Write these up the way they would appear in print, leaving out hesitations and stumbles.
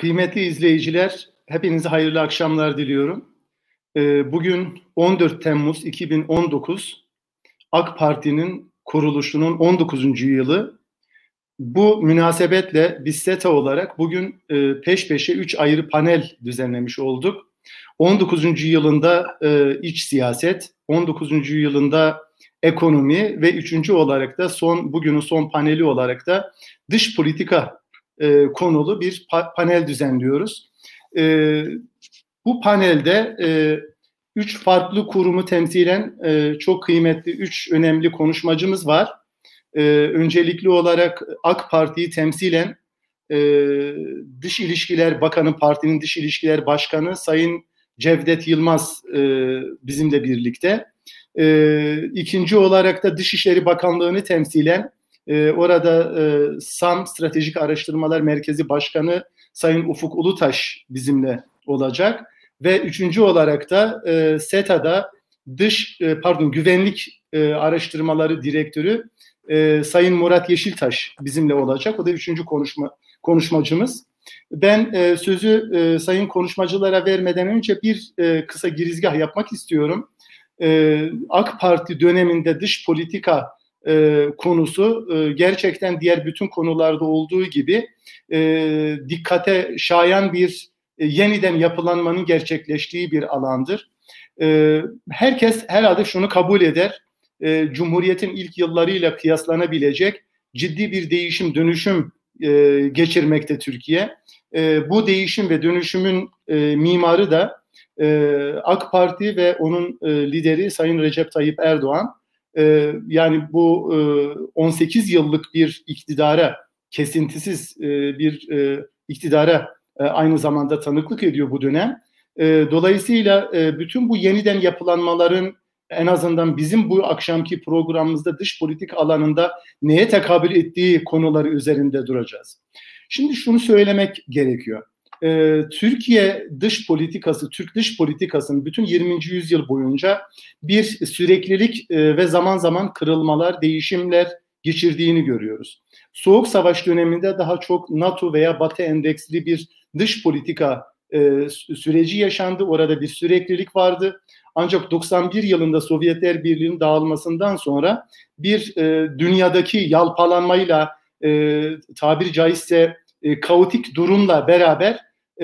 Kıymetli izleyiciler, hepinize hayırlı akşamlar diliyorum. Bugün 14 Temmuz 2019, AK Parti'nin kuruluşunun 19. yılı. Bu münasebetle biz SETA olarak bugün peş peşe 3 ayrı panel düzenlemiş olduk. 19. yılında iç siyaset, 19. yılında ekonomi ve 3. olarak da bugünün son paneli olarak da dış politika konulu bir panel düzenliyoruz. Bu panelde 3 farklı kurumu temsilen çok kıymetli 3 önemli konuşmacımız var. Öncelikli olarak AK Parti'yi temsilen Dış İlişkiler Bakanı, partinin Dış İlişkiler Başkanı Sayın Cevdet Yılmaz bizimle birlikte. İkinci olarak da Dışişleri Bakanlığı'nı temsilen orada SAM Stratejik Araştırmalar Merkezi Başkanı Sayın Ufuk Ulutaş bizimle olacak. Ve üçüncü olarak da SETA'da Güvenlik Araştırmaları Direktörü Sayın Murat Yeşiltaş bizimle olacak. O da üçüncü konuşmacımız. Ben sözü sayın konuşmacılara vermeden önce bir kısa girizgah yapmak istiyorum. AK Parti döneminde dış politika konusu gerçekten diğer bütün konularda olduğu gibi dikkate şayan bir yeniden yapılanmanın gerçekleştiği bir alandır. Herkes herhalde şunu kabul eder. Cumhuriyetin ilk yıllarıyla kıyaslanabilecek ciddi bir değişim, dönüşüm geçirmekte Türkiye. Bu değişim ve dönüşümün mimarı da AK Parti ve onun lideri Sayın Recep Tayyip Erdoğan. Yani bu 18 yıllık bir iktidara, kesintisiz bir iktidara aynı zamanda tanıklık ediyor bu dönem. Dolayısıyla bütün bu yeniden yapılanmaların en azından bizim bu akşamki programımızda dış politik alanında neye tekabül ettiği konuları üzerinde duracağız. Şimdi şunu söylemek gerekiyor. Türkiye dış politikası, Türk dış politikasının bütün 20. yüzyıl boyunca bir süreklilik ve zaman zaman kırılmalar, değişimler geçirdiğini görüyoruz. Soğuk Savaş döneminde daha çok NATO veya Batı endeksli bir dış politika süreci yaşandı. Orada bir süreklilik vardı. Ancak 91 yılında Sovyetler Birliği'nin dağılmasından sonra bir dünyadaki yalpalanmayla tabiri caizse kaotik durumla beraber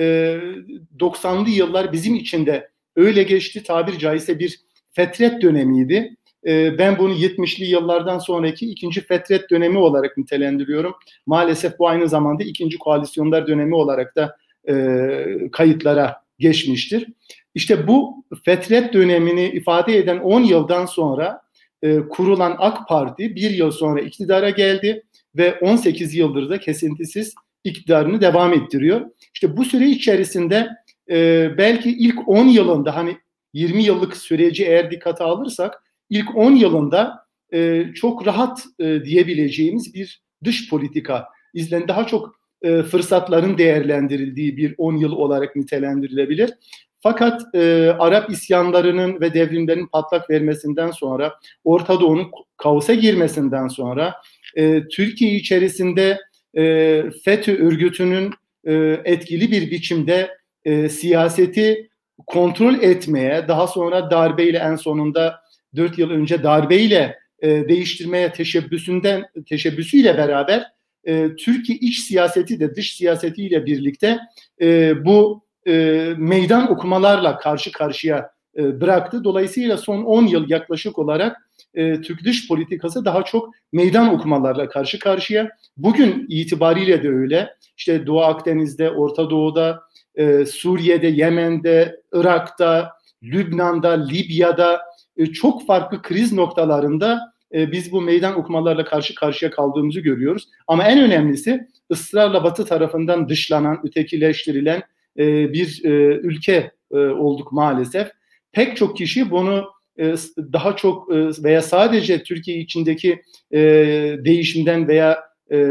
90'lı yıllar bizim için de öyle geçti. Tabiri caizse bir fetret dönemiydi. Ben bunu 70'li yıllardan sonraki ikinci fetret dönemi olarak nitelendiriyorum. Maalesef bu aynı zamanda ikinci koalisyonlar dönemi olarak da kayıtlara geçmiştir. İşte bu fetret dönemini ifade eden 10 yıldan sonra kurulan AK Parti bir yıl sonra iktidara geldi ve 18 yıldır da kesintisiz iktidarını devam ettiriyor. İşte bu süre içerisinde belki ilk 10 yılında, hani 20 yıllık süreci eğer dikkate alırsak, ilk 10 yılında çok rahat diyebileceğimiz bir dış politika izlendi. Daha çok fırsatların değerlendirildiği bir 10 yıl olarak nitelendirilebilir. Fakat Arap isyanlarının ve devrimlerin patlak vermesinden sonra, Orta Doğu'nun kaosa girmesinden sonra, Türkiye içerisinde FETÖ örgütünün etkili bir biçimde siyaseti kontrol etmeye, daha sonra darbeyle, en sonunda 4 yıl önce darbeyle değiştirmeye teşebbüsüyle beraber Türkiye iç siyaseti de dış siyasetiyle birlikte bu meydan okumalarla karşı karşıya bıraktı. Dolayısıyla son 10 yıl yaklaşık olarak Türk dış politikası daha çok meydan okumalarla karşı karşıya. Bugün itibariyle de öyle. İşte Doğu Akdeniz'de, Orta Doğu'da, Suriye'de, Yemen'de, Irak'ta, Lübnan'da, Libya'da çok farklı kriz noktalarında biz bu meydan okumalarla karşı karşıya kaldığımızı görüyoruz. Ama en önemlisi ısrarla Batı tarafından dışlanan, ötekileştirilen bir ülke olduk maalesef. Pek çok kişi bunu daha çok veya sadece Türkiye içindeki değişimden veya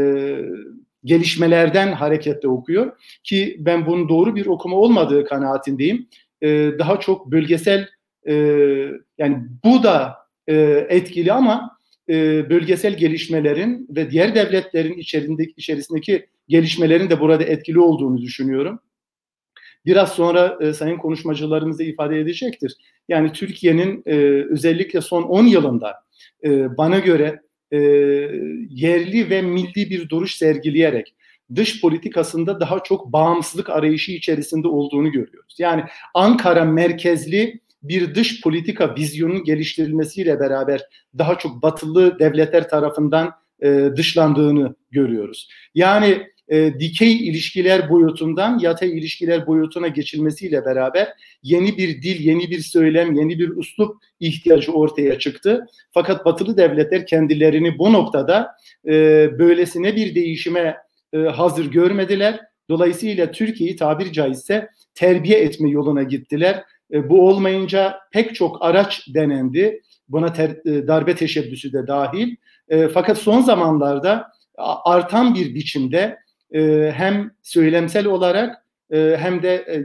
gelişmelerden hareketle okuyor ki ben bunun doğru bir okuma olmadığı kanaatindeyim. Daha çok bölgesel, yani bu da etkili ama bölgesel gelişmelerin ve diğer devletlerin içerisindeki gelişmelerin de burada etkili olduğunu düşünüyorum. Biraz sonra sayın konuşmacılarımız da ifade edecektir. Yani Türkiye'nin özellikle son 10 yılında bana göre yerli ve milli bir duruş sergileyerek dış politikasında daha çok bağımsızlık arayışı içerisinde olduğunu görüyoruz. Yani Ankara merkezli bir dış politika vizyonunun geliştirilmesiyle beraber daha çok batılı devletler tarafından dışlandığını görüyoruz. Yani dikey ilişkiler boyutundan yatay ilişkiler boyutuna geçilmesiyle beraber yeni bir dil, yeni bir söylem, yeni bir üslup ihtiyacı ortaya çıktı. Fakat batılı devletler kendilerini bu noktada böylesine bir değişime hazır görmediler. Dolayısıyla Türkiye'yi tabiri caizse terbiye etme yoluna gittiler. Bu olmayınca pek çok araç denendi. Buna darbe teşebbüsü de dahil. Fakat son zamanlarda artan bir biçimde hem söylemsel olarak hem de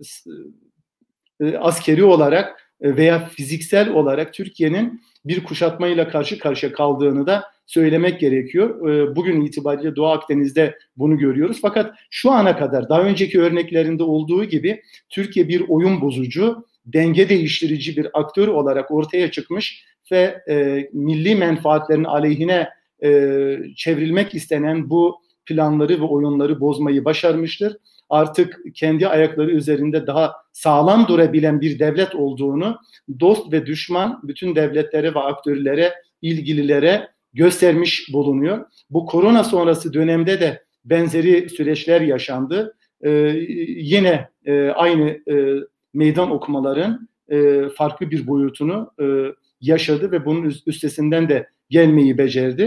askeri olarak veya fiziksel olarak Türkiye'nin bir kuşatmayla karşı karşıya kaldığını da söylemek gerekiyor. Bugün itibariyle Doğu Akdeniz'de bunu görüyoruz. Fakat şu ana kadar daha önceki örneklerinde olduğu gibi Türkiye bir oyun bozucu, denge değiştirici bir aktör olarak ortaya çıkmış ve milli menfaatlerin aleyhine çevrilmek istenen bu planları ve oyunları bozmayı başarmıştır. Artık kendi ayakları üzerinde daha sağlam durabilen bir devlet olduğunu dost ve düşman bütün devletlere ve aktörlere, ilgililere göstermiş bulunuyor. Bu korona sonrası dönemde de benzeri süreçler yaşandı. Yine aynı meydan okumaların farklı bir boyutunu yaşadı ve bunun üstesinden de gelmeyi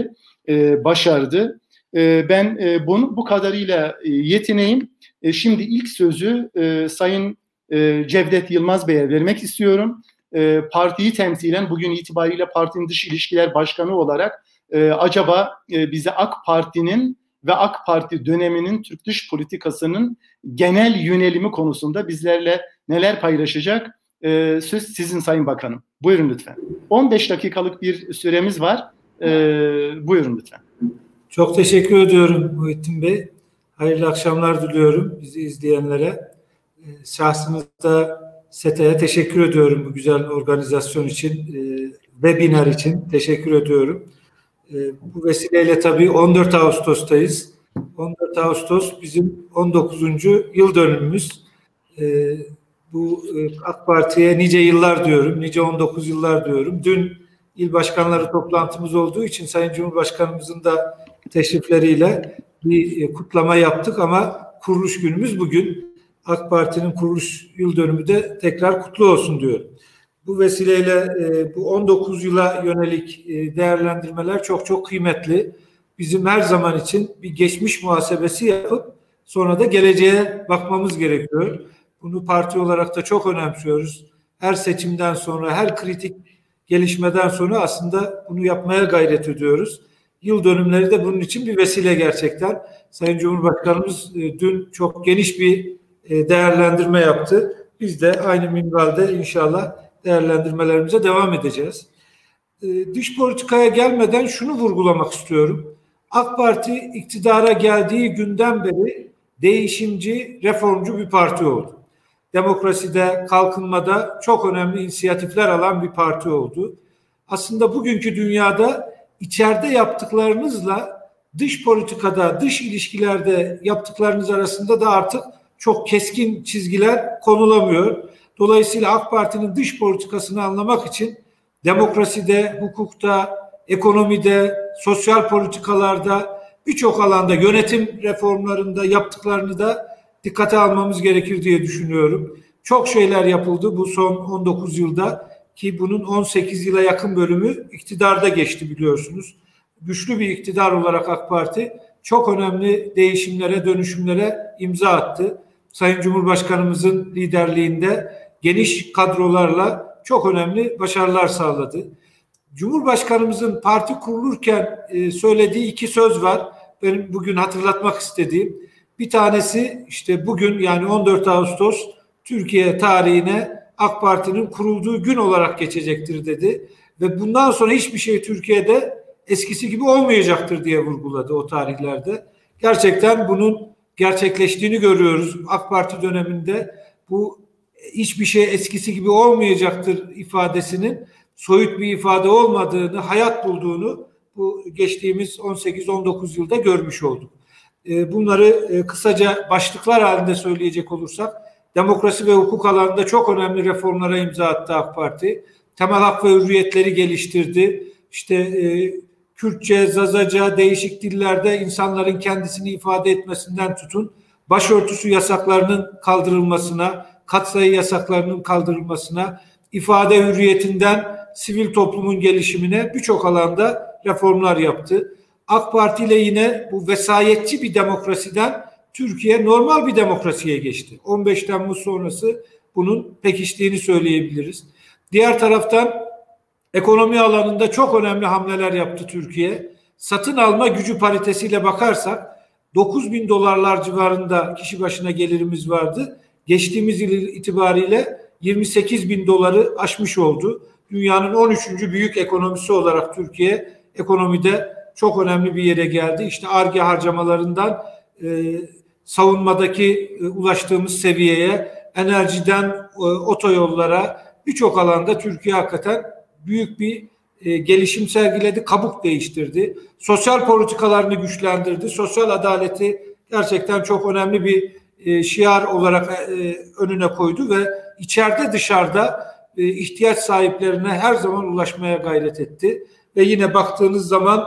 başardı. Ben bu kadarıyla yetineyim. Şimdi ilk sözü Sayın Cevdet Yılmaz Bey'e vermek istiyorum. Partiyi temsilen bugün itibariyle partinin dış ilişkiler başkanı olarak acaba bize AK Parti'nin ve AK Parti döneminin Türk dış politikasının genel yönelimi konusunda bizlerle neler paylaşacak? Söz sizin Sayın Bakanım. Buyurun lütfen. 15 dakikalık bir süremiz var. Buyurun lütfen. Çok teşekkür ediyorum Muhittin Bey. Hayırlı akşamlar diliyorum bizi izleyenlere. Şahsınızda SETA'ya teşekkür ediyorum bu güzel organizasyon için, webinar için teşekkür ediyorum. Bu vesileyle tabii 14 Ağustos'tayız. 14 Ağustos bizim 19. yıl dönümümüz. Bu AK Parti'ye nice yıllar diyorum, nice 19 yıllar diyorum. Dün il başkanları toplantımız olduğu için Sayın Cumhurbaşkanımızın da teşrifleriyle bir kutlama yaptık ama kuruluş günümüz bugün. AK Parti'nin kuruluş yıl dönümü de tekrar kutlu olsun diyorum. Bu vesileyle bu 19 yıla yönelik değerlendirmeler çok çok kıymetli. Bizim her zaman için bir geçmiş muhasebesi yapıp sonra da geleceğe bakmamız gerekiyor. Bunu parti olarak da çok önemsiyoruz. Her seçimden sonra, her kritik gelişmeden sonra aslında bunu yapmaya gayret ediyoruz. Yıl dönümleri de bunun için bir vesile gerçekten. Sayın Cumhurbaşkanımız dün çok geniş bir değerlendirme yaptı. Biz de aynı minvalde inşallah değerlendirmelerimize devam edeceğiz. Dış politikaya gelmeden şunu vurgulamak istiyorum. AK Parti iktidara geldiği günden beri değişimci, reformcu bir parti oldu. Demokraside, kalkınmada çok önemli inisiyatifler alan bir parti oldu. Aslında bugünkü dünyada içeride yaptıklarınızla dış politikada, dış ilişkilerde yaptıklarınız arasında da artık çok keskin çizgiler konulamıyor. Dolayısıyla AK Parti'nin dış politikasını anlamak için demokraside, hukukta, ekonomide, sosyal politikalarda birçok alanda yönetim reformlarında yaptıklarını da dikkate almamız gerekir diye düşünüyorum. Çok şeyler yapıldı bu son 19 yılda ki bunun 18 yıla yakın bölümü iktidarda geçti biliyorsunuz. Güçlü bir iktidar olarak AK Parti çok önemli değişimlere, dönüşümlere imza attı. Sayın Cumhurbaşkanımızın liderliğinde geniş kadrolarla çok önemli başarılar sağladı. Cumhurbaşkanımızın parti kurulurken söylediği iki söz var. Benim bugün hatırlatmak istediğim. Bir tanesi işte bugün yani 14 Ağustos Türkiye tarihine AK Parti'nin kurulduğu gün olarak geçecektir dedi. Ve bundan sonra hiçbir şey Türkiye'de eskisi gibi olmayacaktır diye vurguladı o tarihlerde. Gerçekten bunun gerçekleştiğini görüyoruz. AK Parti döneminde bu hiçbir şey eskisi gibi olmayacaktır ifadesinin soyut bir ifade olmadığını, hayat bulduğunu bu geçtiğimiz 18-19 yılda görmüş olduk. Bunları kısaca başlıklar halinde söyleyecek olursak, demokrasi ve hukuk alanında çok önemli reformlara imza attı AK Parti. Temel hak ve hürriyetleri geliştirdi. İşte Kürtçe, Zazaca, değişik dillerde insanların kendisini ifade etmesinden tutun, başörtüsü yasaklarının kaldırılmasına, katsayı yasaklarının kaldırılmasına, ifade hürriyetinden sivil toplumun gelişimine birçok alanda reformlar yaptı. AK Parti ile yine bu vesayetçi bir demokrasiden Türkiye normal bir demokrasiye geçti. 15 Temmuz sonrası bunun pekiştiğini söyleyebiliriz. Diğer taraftan ekonomi alanında çok önemli hamleler yaptı Türkiye. Satın alma gücü paritesiyle bakarsak 9.000 dolarlar civarında kişi başına gelirimiz vardı. Geçtiğimiz yıl itibariyle 28.000 doları aşmış oldu. Dünyanın 13. büyük ekonomisi olarak Türkiye ekonomide çok önemli bir yere geldi. İşte Ar-Ge harcamalarından savunmadaki ulaştığımız seviyeye, enerjiden otoyollara, birçok alanda Türkiye hakikaten büyük bir gelişim sergiledi, kabuk değiştirdi. Sosyal politikalarını güçlendirdi. Sosyal adaleti gerçekten çok önemli bir şiar olarak önüne koydu ve içeride dışarıda ihtiyaç sahiplerine her zaman ulaşmaya gayret etti. Ve yine baktığınız zaman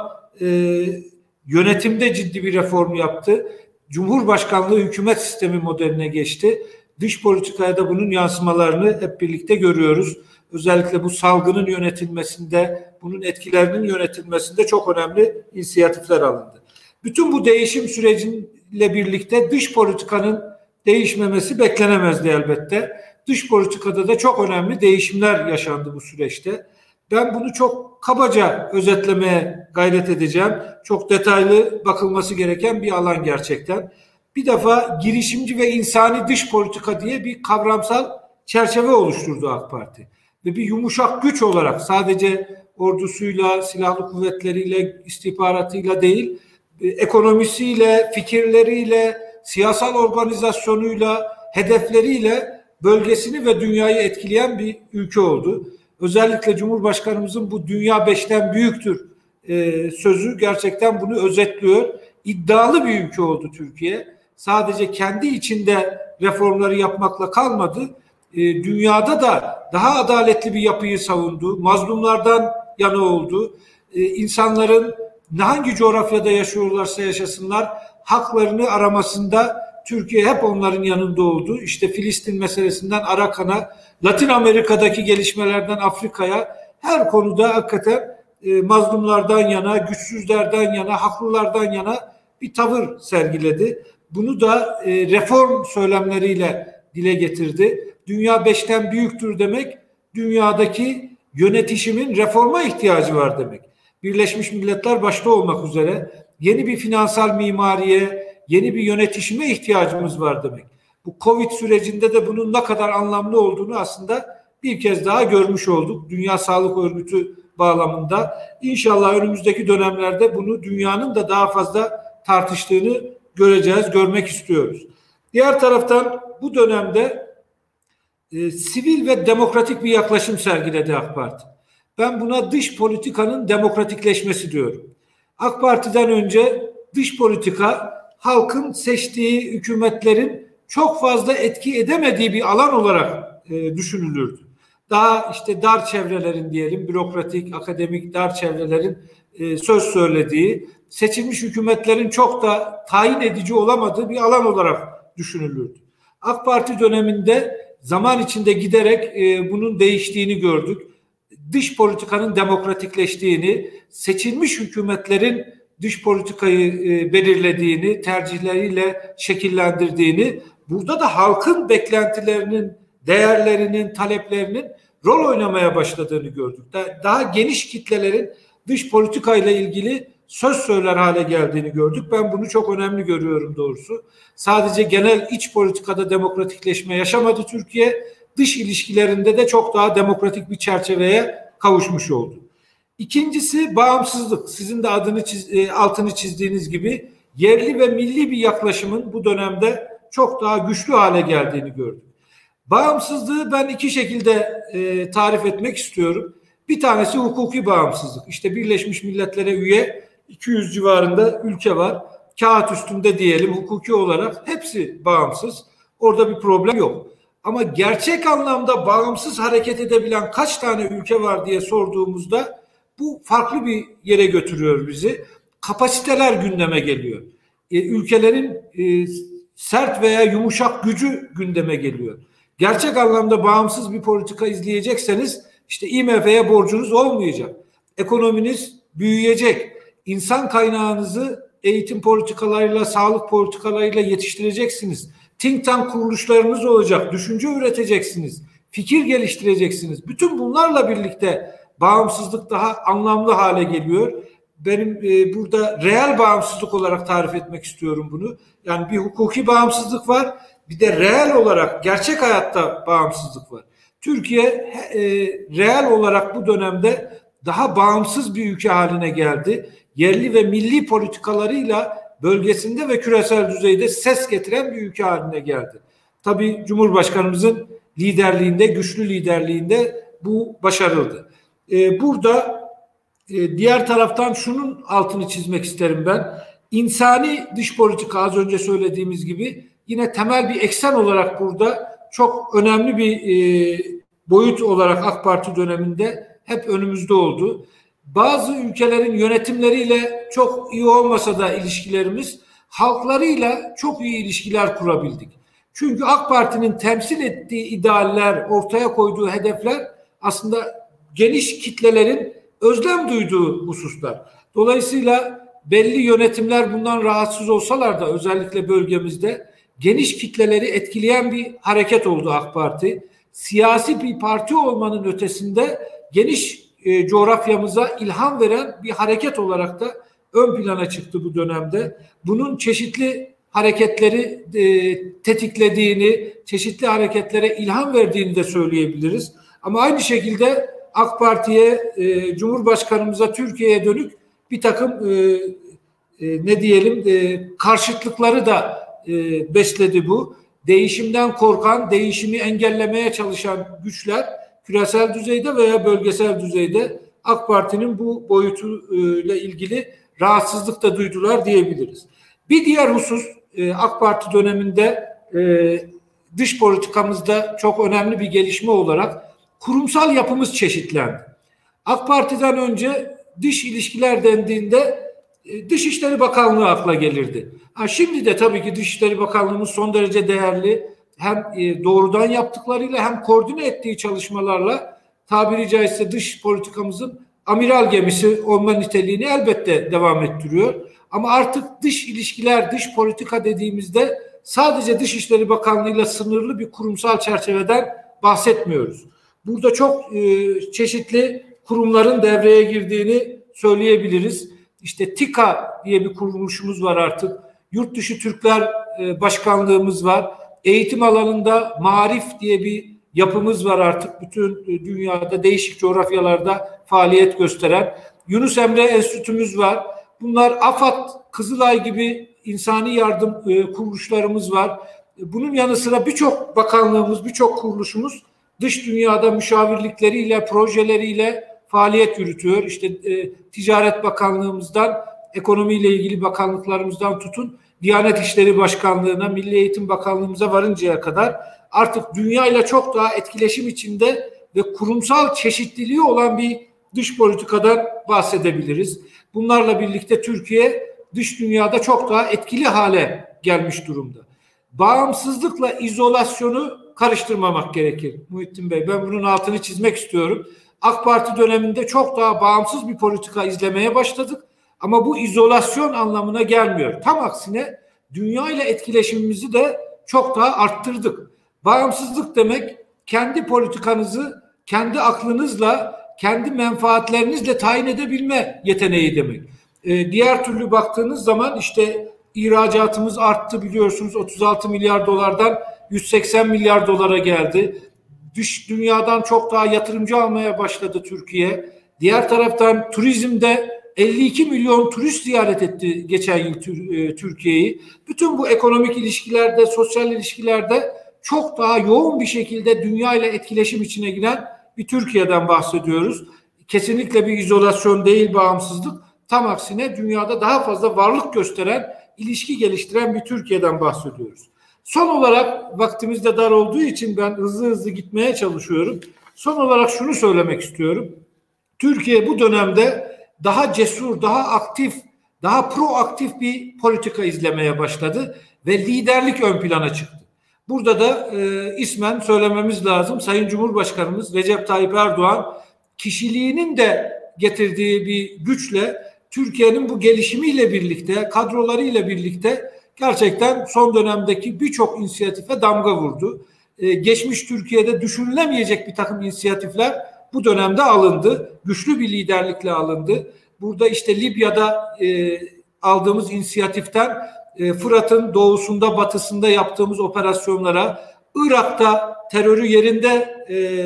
yönetimde ciddi bir reform yaptı. Cumhurbaşkanlığı hükümet sistemi modeline geçti. Dış politikaya da bunun yansımalarını hep birlikte görüyoruz. Özellikle bu salgının yönetilmesinde, bunun etkilerinin yönetilmesinde çok önemli inisiyatifler alındı. Bütün bu değişim süreciyle birlikte dış politikanın değişmemesi beklenemezdi elbette. Dış politikada da çok önemli değişimler yaşandı bu süreçte. Ben bunu çok kabaca özetlemeye gayret edeceğim. Çok detaylı bakılması gereken bir alan gerçekten. Bir defa girişimci ve insani dış politika diye bir kavramsal çerçeve oluşturdu AK Parti. Ve bir yumuşak güç olarak sadece ordusuyla, silahlı kuvvetleriyle, istihbaratıyla değil, ekonomisiyle, fikirleriyle, siyasal organizasyonuyla, hedefleriyle bölgesini ve dünyayı etkileyen bir ülke oldu. Özellikle Cumhurbaşkanımızın bu dünya beşten büyüktür sözü gerçekten bunu özetliyor. İddialı bir ülke oldu Türkiye. Sadece kendi içinde reformları yapmakla kalmadı. Dünyada da daha adaletli bir yapıyı savundu. Mazlumlardan yana oldu. İnsanların hangi coğrafyada yaşıyorlarsa yaşasınlar haklarını aramasında Türkiye hep onların yanında oldu. İşte Filistin meselesinden Arakan'a, Latin Amerika'daki gelişmelerden Afrika'ya her konuda hakikaten mazlumlardan yana, güçsüzlerden yana, haklılardan yana bir tavır sergiledi. Bunu da reform söylemleriyle dile getirdi. Dünya beşten büyüktür demek, dünyadaki yönetişimin reforma ihtiyacı var demek. Birleşmiş Milletler başta olmak üzere yeni bir finansal mimariye, yeni bir yönetişime ihtiyacımız var demek. Bu Covid sürecinde de bunun ne kadar anlamlı olduğunu aslında bir kez daha görmüş olduk. Dünya Sağlık Örgütü bağlamında. İnşallah önümüzdeki dönemlerde bunu dünyanın da daha fazla tartıştığını göreceğiz, görmek istiyoruz. Diğer taraftan bu dönemde sivil ve demokratik bir yaklaşım sergiledi AK Parti. Ben buna dış politikanın demokratikleşmesi diyorum. AK Parti'den önce dış politika halkın seçtiği hükümetlerin çok fazla etki edemediği bir alan olarak düşünülürdü. Daha işte dar çevrelerin diyelim, bürokratik, akademik dar çevrelerin söz söylediği, seçilmiş hükümetlerin çok da tayin edici olamadığı bir alan olarak düşünülürdü. AK Parti döneminde zaman içinde giderek bunun değiştiğini gördük. Dış politikanın demokratikleştiğini, seçilmiş hükümetlerin dış politikayı belirlediğini, tercihleriyle şekillendirdiğini, burada da halkın beklentilerinin, değerlerinin, taleplerinin rol oynamaya başladığını gördük. Daha geniş kitlelerin dış politikayla ilgili söz söyler hale geldiğini gördük. Ben bunu çok önemli görüyorum doğrusu. Sadece genel iç politikada demokratikleşme yaşamadı Türkiye, dış ilişkilerinde de çok daha demokratik bir çerçeveye kavuşmuş oldu. İkincisi bağımsızlık. Sizin de altını çizdiğiniz gibi yerli ve milli bir yaklaşımın bu dönemde çok daha güçlü hale geldiğini gördük. Bağımsızlığı ben iki şekilde tarif etmek istiyorum. Bir tanesi hukuki bağımsızlık. İşte Birleşmiş Milletler'e üye 200 civarında ülke var. Kağıt üstünde diyelim, hukuki olarak hepsi bağımsız. Orada bir problem yok. Ama gerçek anlamda bağımsız hareket edebilen kaç tane ülke var diye sorduğumuzda bu farklı bir yere götürüyor bizi. Kapasiteler gündeme geliyor. Ülkelerin sert veya yumuşak gücü gündeme geliyor. Gerçek anlamda bağımsız bir politika izleyecekseniz işte IMF'ye borcunuz olmayacak. Ekonominiz büyüyecek. İnsan kaynağınızı eğitim politikalarıyla, sağlık politikalarıyla yetiştireceksiniz. Think tank kuruluşlarınız olacak. Düşünce üreteceksiniz. Fikir geliştireceksiniz. Bütün bunlarla birlikte bağımsızlık daha anlamlı hale geliyor. Benim burada reel bağımsızlık olarak tarif etmek istiyorum bunu. Yani bir hukuki bağımsızlık var. Bir de reel olarak gerçek hayatta bağımsızlık var. Türkiye reel olarak bu dönemde daha bağımsız bir ülke haline geldi. Yerli ve milli politikalarıyla bölgesinde ve küresel düzeyde ses getiren bir ülke haline geldi. Tabii Cumhurbaşkanımızın liderliğinde, güçlü liderliğinde bu başarıldı. Burada diğer taraftan şunun altını çizmek isterim ben. İnsani dış politika, az önce söylediğimiz gibi, yine temel bir eksen olarak burada çok önemli bir boyut olarak AK Parti döneminde hep önümüzde oldu. Bazı ülkelerin yönetimleriyle çok iyi olmasa da ilişkilerimiz, halklarıyla çok iyi ilişkiler kurabildik. Çünkü AK Parti'nin temsil ettiği idealler, ortaya koyduğu hedefler aslında geniş kitlelerin özlem duyduğu hususlar. Dolayısıyla belli yönetimler bundan rahatsız olsalar da özellikle bölgemizde geniş kitleleri etkileyen bir hareket oldu AK Parti. Siyasi bir parti olmanın ötesinde geniş coğrafyamıza ilham veren bir hareket olarak da ön plana çıktı bu dönemde. Bunun çeşitli hareketleri tetiklediğini, çeşitli hareketlere ilham verdiğini de söyleyebiliriz. Ama aynı şekilde AK Parti'ye, Cumhurbaşkanımıza, Türkiye'ye dönük bir takım karşıtlıkları da besledi bu. Değişimden korkan, değişimi engellemeye çalışan güçler küresel düzeyde veya bölgesel düzeyde AK Parti'nin bu boyutuyla ilgili rahatsızlık da duydular diyebiliriz. Bir diğer husus, AK Parti döneminde dış politikamızda çok önemli bir gelişme olarak kurumsal yapımız çeşitlendi. AK Parti'den önce dış ilişkiler dendiğinde Dışişleri Bakanlığı akla gelirdi. Şimdi de tabii ki Dışişleri Bakanlığımız son derece değerli, hem doğrudan yaptıklarıyla hem koordine ettiği çalışmalarla tabiri caizse dış politikamızın amiral gemisi olma niteliğini elbette devam ettiriyor. Ama artık dış ilişkiler, dış politika dediğimizde sadece Dışişleri Bakanlığı'yla sınırlı bir kurumsal çerçeveden bahsetmiyoruz. Burada çok çeşitli kurumların devreye girdiğini söyleyebiliriz. İşte TİKA diye bir kuruluşumuz var artık. Yurtdışı Türkler Başkanlığımız var. Eğitim alanında Maarif diye bir yapımız var artık. Bütün dünyada değişik coğrafyalarda faaliyet gösteren. Yunus Emre Enstitümüz var. Bunlar AFAD, Kızılay gibi insani yardım kuruluşlarımız var. Bunun yanı sıra birçok bakanlığımız, birçok kuruluşumuz dış dünyada müşavirlikleriyle, projeleriyle faaliyet yürütüyor. İşte Ticaret Bakanlığımızdan, ekonomiyle ilgili bakanlıklarımızdan tutun, Diyanet İşleri Başkanlığı'na, Milli Eğitim Bakanlığımıza varıncaya kadar artık dünyayla çok daha etkileşim içinde ve kurumsal çeşitliliği olan bir dış politikadan bahsedebiliriz. Bunlarla birlikte Türkiye dış dünyada çok daha etkili hale gelmiş durumda. Bağımsızlıkla izolasyonu karıştırmamak gerekir Muhittin Bey. Ben bunun altını çizmek istiyorum. AK Parti döneminde çok daha bağımsız bir politika izlemeye başladık. Ama bu izolasyon anlamına gelmiyor. Tam aksine dünya ile etkileşimimizi de çok daha arttırdık. Bağımsızlık demek kendi politikanızı kendi aklınızla, kendi menfaatlerinizle tayin edebilme yeteneği demek. Diğer türlü baktığınız zaman işte ihracatımız arttı, biliyorsunuz 36 milyar dolardan 180 milyar dolara geldi. Dış dünyadan çok daha yatırımcı almaya başladı Türkiye. Diğer taraftan turizmde 52 milyon turist ziyaret etti geçen yıl Türkiye'yi. Bütün bu ekonomik ilişkilerde, sosyal ilişkilerde çok daha yoğun bir şekilde dünya ile etkileşim içine giren bir Türkiye'den bahsediyoruz. Kesinlikle bir izolasyon değil, bağımsızlık. Tam aksine dünyada daha fazla varlık gösteren, ilişki geliştiren bir Türkiye'den bahsediyoruz. Son olarak, vaktimiz de dar olduğu için ben hızlı gitmeye çalışıyorum. Son olarak şunu söylemek istiyorum. Türkiye bu dönemde daha cesur, daha aktif, daha proaktif bir politika izlemeye başladı ve liderlik ön plana çıktı. Burada da ismen söylememiz lazım. Sayın Cumhurbaşkanımız Recep Tayyip Erdoğan kişiliğinin de getirdiği bir güçle Türkiye'nin bu gelişimiyle birlikte, kadrolarıyla birlikte gerçekten son dönemdeki birçok inisiyatife damga vurdu. Geçmiş Türkiye'de düşünülemeyecek bir takım inisiyatifler bu dönemde alındı. Güçlü bir liderlikle alındı. Burada işte Libya'da aldığımız inisiyatiften Fırat'ın doğusunda, batısında yaptığımız operasyonlara, Irak'ta terörü yerinde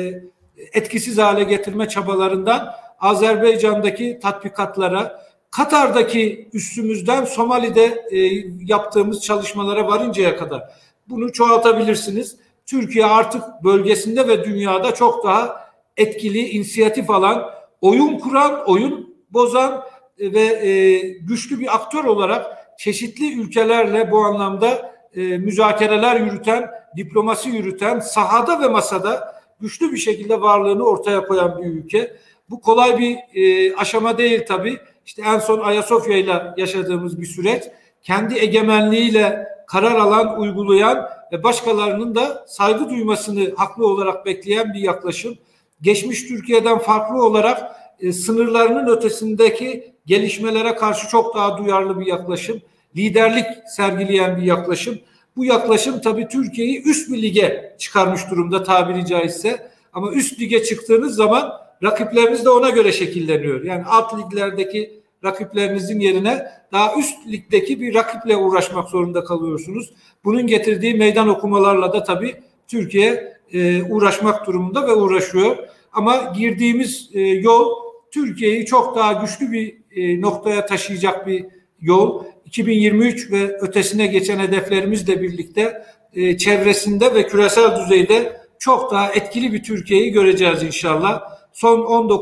etkisiz hale getirme çabalarından Azerbaycan'daki tatbikatlara, Katar'daki üssümüzden Somali'de yaptığımız çalışmalara varıncaya kadar bunu çoğaltabilirsiniz. Türkiye artık bölgesinde ve dünyada çok daha etkili, inisiyatif alan, oyun kuran, oyun bozan ve güçlü bir aktör olarak çeşitli ülkelerle bu anlamda müzakereler yürüten, diplomasi yürüten, sahada ve masada güçlü bir şekilde varlığını ortaya koyan bir ülke. Bu kolay bir aşama değil tabii. İşte en son Ayasofya ile yaşadığımız bir süreç. Kendi egemenliğiyle karar alan, uygulayan ve başkalarının da saygı duymasını haklı olarak bekleyen bir yaklaşım. Geçmiş Türkiye'den farklı olarak sınırlarının ötesindeki gelişmelere karşı çok daha duyarlı bir yaklaşım. Liderlik sergileyen bir yaklaşım. Bu yaklaşım tabii Türkiye'yi üst bir lige çıkarmış durumda tabiri caizse. Ama üst lige çıktığınız zaman rakipleriniz de ona göre şekilleniyor. Yani alt liglerdeki rakiplerinizin yerine daha üst ligdeki bir rakiple uğraşmak zorunda kalıyorsunuz. Bunun getirdiği meydan okumalarla da tabii Türkiye uğraşmak durumunda ve uğraşıyor. Ama girdiğimiz yol Türkiye'yi çok daha güçlü bir noktaya taşıyacak bir yol. 2023 ve ötesine geçen hedeflerimizle birlikte çevresinde ve küresel düzeyde çok daha etkili bir Türkiye'yi göreceğiz inşallah. Son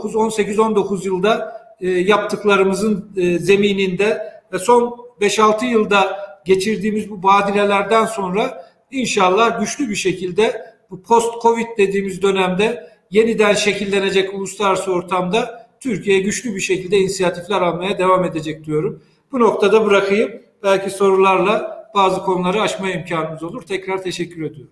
18-19 yılda yaptıklarımızın zemininde ve son 5-6 yılda geçirdiğimiz bu badirelerden sonra inşallah güçlü bir şekilde bu post-Covid dediğimiz dönemde yeniden şekillenecek uluslararası ortamda Türkiye güçlü bir şekilde inisiyatifler almaya devam edecek diyorum. Bu noktada bırakayım. Belki sorularla bazı konuları aşma imkanımız olur. Tekrar teşekkür ediyorum.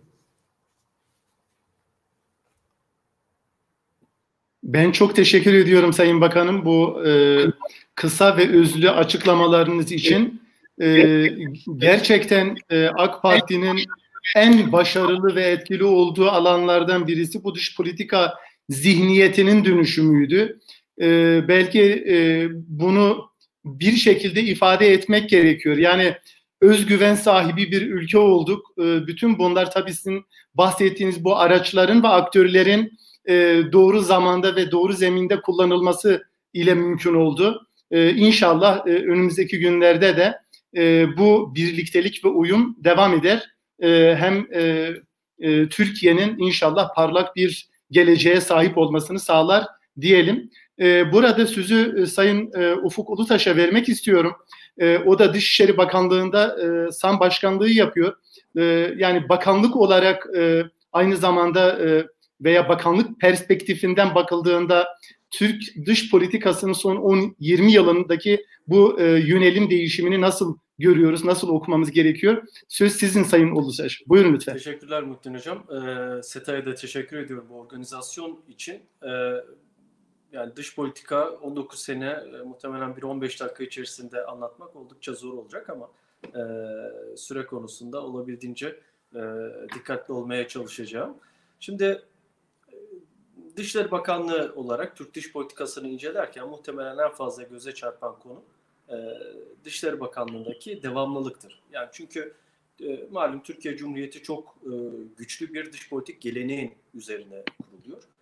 Ben çok teşekkür ediyorum Sayın Bakanım bu kısa ve özlü açıklamalarınız için. Gerçekten AK Parti'nin en başarılı ve etkili olduğu alanlardan birisi bu dış politika zihniyetinin dönüşümüydü. Belki bunu bir şekilde ifade etmek gerekiyor. Yani özgüven sahibi bir ülke olduk. Bütün bunlar tabii sizin bahsettiğiniz bu araçların ve aktörlerin doğru zamanda ve doğru zeminde kullanılması ile mümkün oldu. İnşallah önümüzdeki günlerde de bu birliktelik ve uyum devam eder. Hem Türkiye'nin inşallah parlak bir geleceğe sahip olmasını sağlar diyelim. Burada sözü Sayın Ufuk Ulutaş'a vermek istiyorum. O da Dışişleri Bakanlığı'nda SAM Başkanlığı yapıyor. Yani bakanlık olarak aynı zamanda veya bakanlık perspektifinden bakıldığında Türk dış politikasının son 10-20 yılındaki bu yönelim değişimini nasıl görüyoruz, nasıl okumamız gerekiyor? Söz sizin Sayın Ulutaş. Buyurun lütfen. Teşekkürler Muhittin Hocam. SETA'ya da teşekkür ediyorum bu organizasyon için. Yani dış politika 19 sene muhtemelen bir 15 dakika içerisinde anlatmak oldukça zor olacak ama süre konusunda olabildiğince dikkatli olmaya çalışacağım. Şimdi Dışişleri Bakanlığı olarak Türk dış politikasını incelerken muhtemelen en fazla göze çarpan konu Dışişleri Bakanlığı'ndaki devamlılıktır. Yani çünkü malum Türkiye Cumhuriyeti çok güçlü bir dış politik geleneğin üzerine kuruluyor.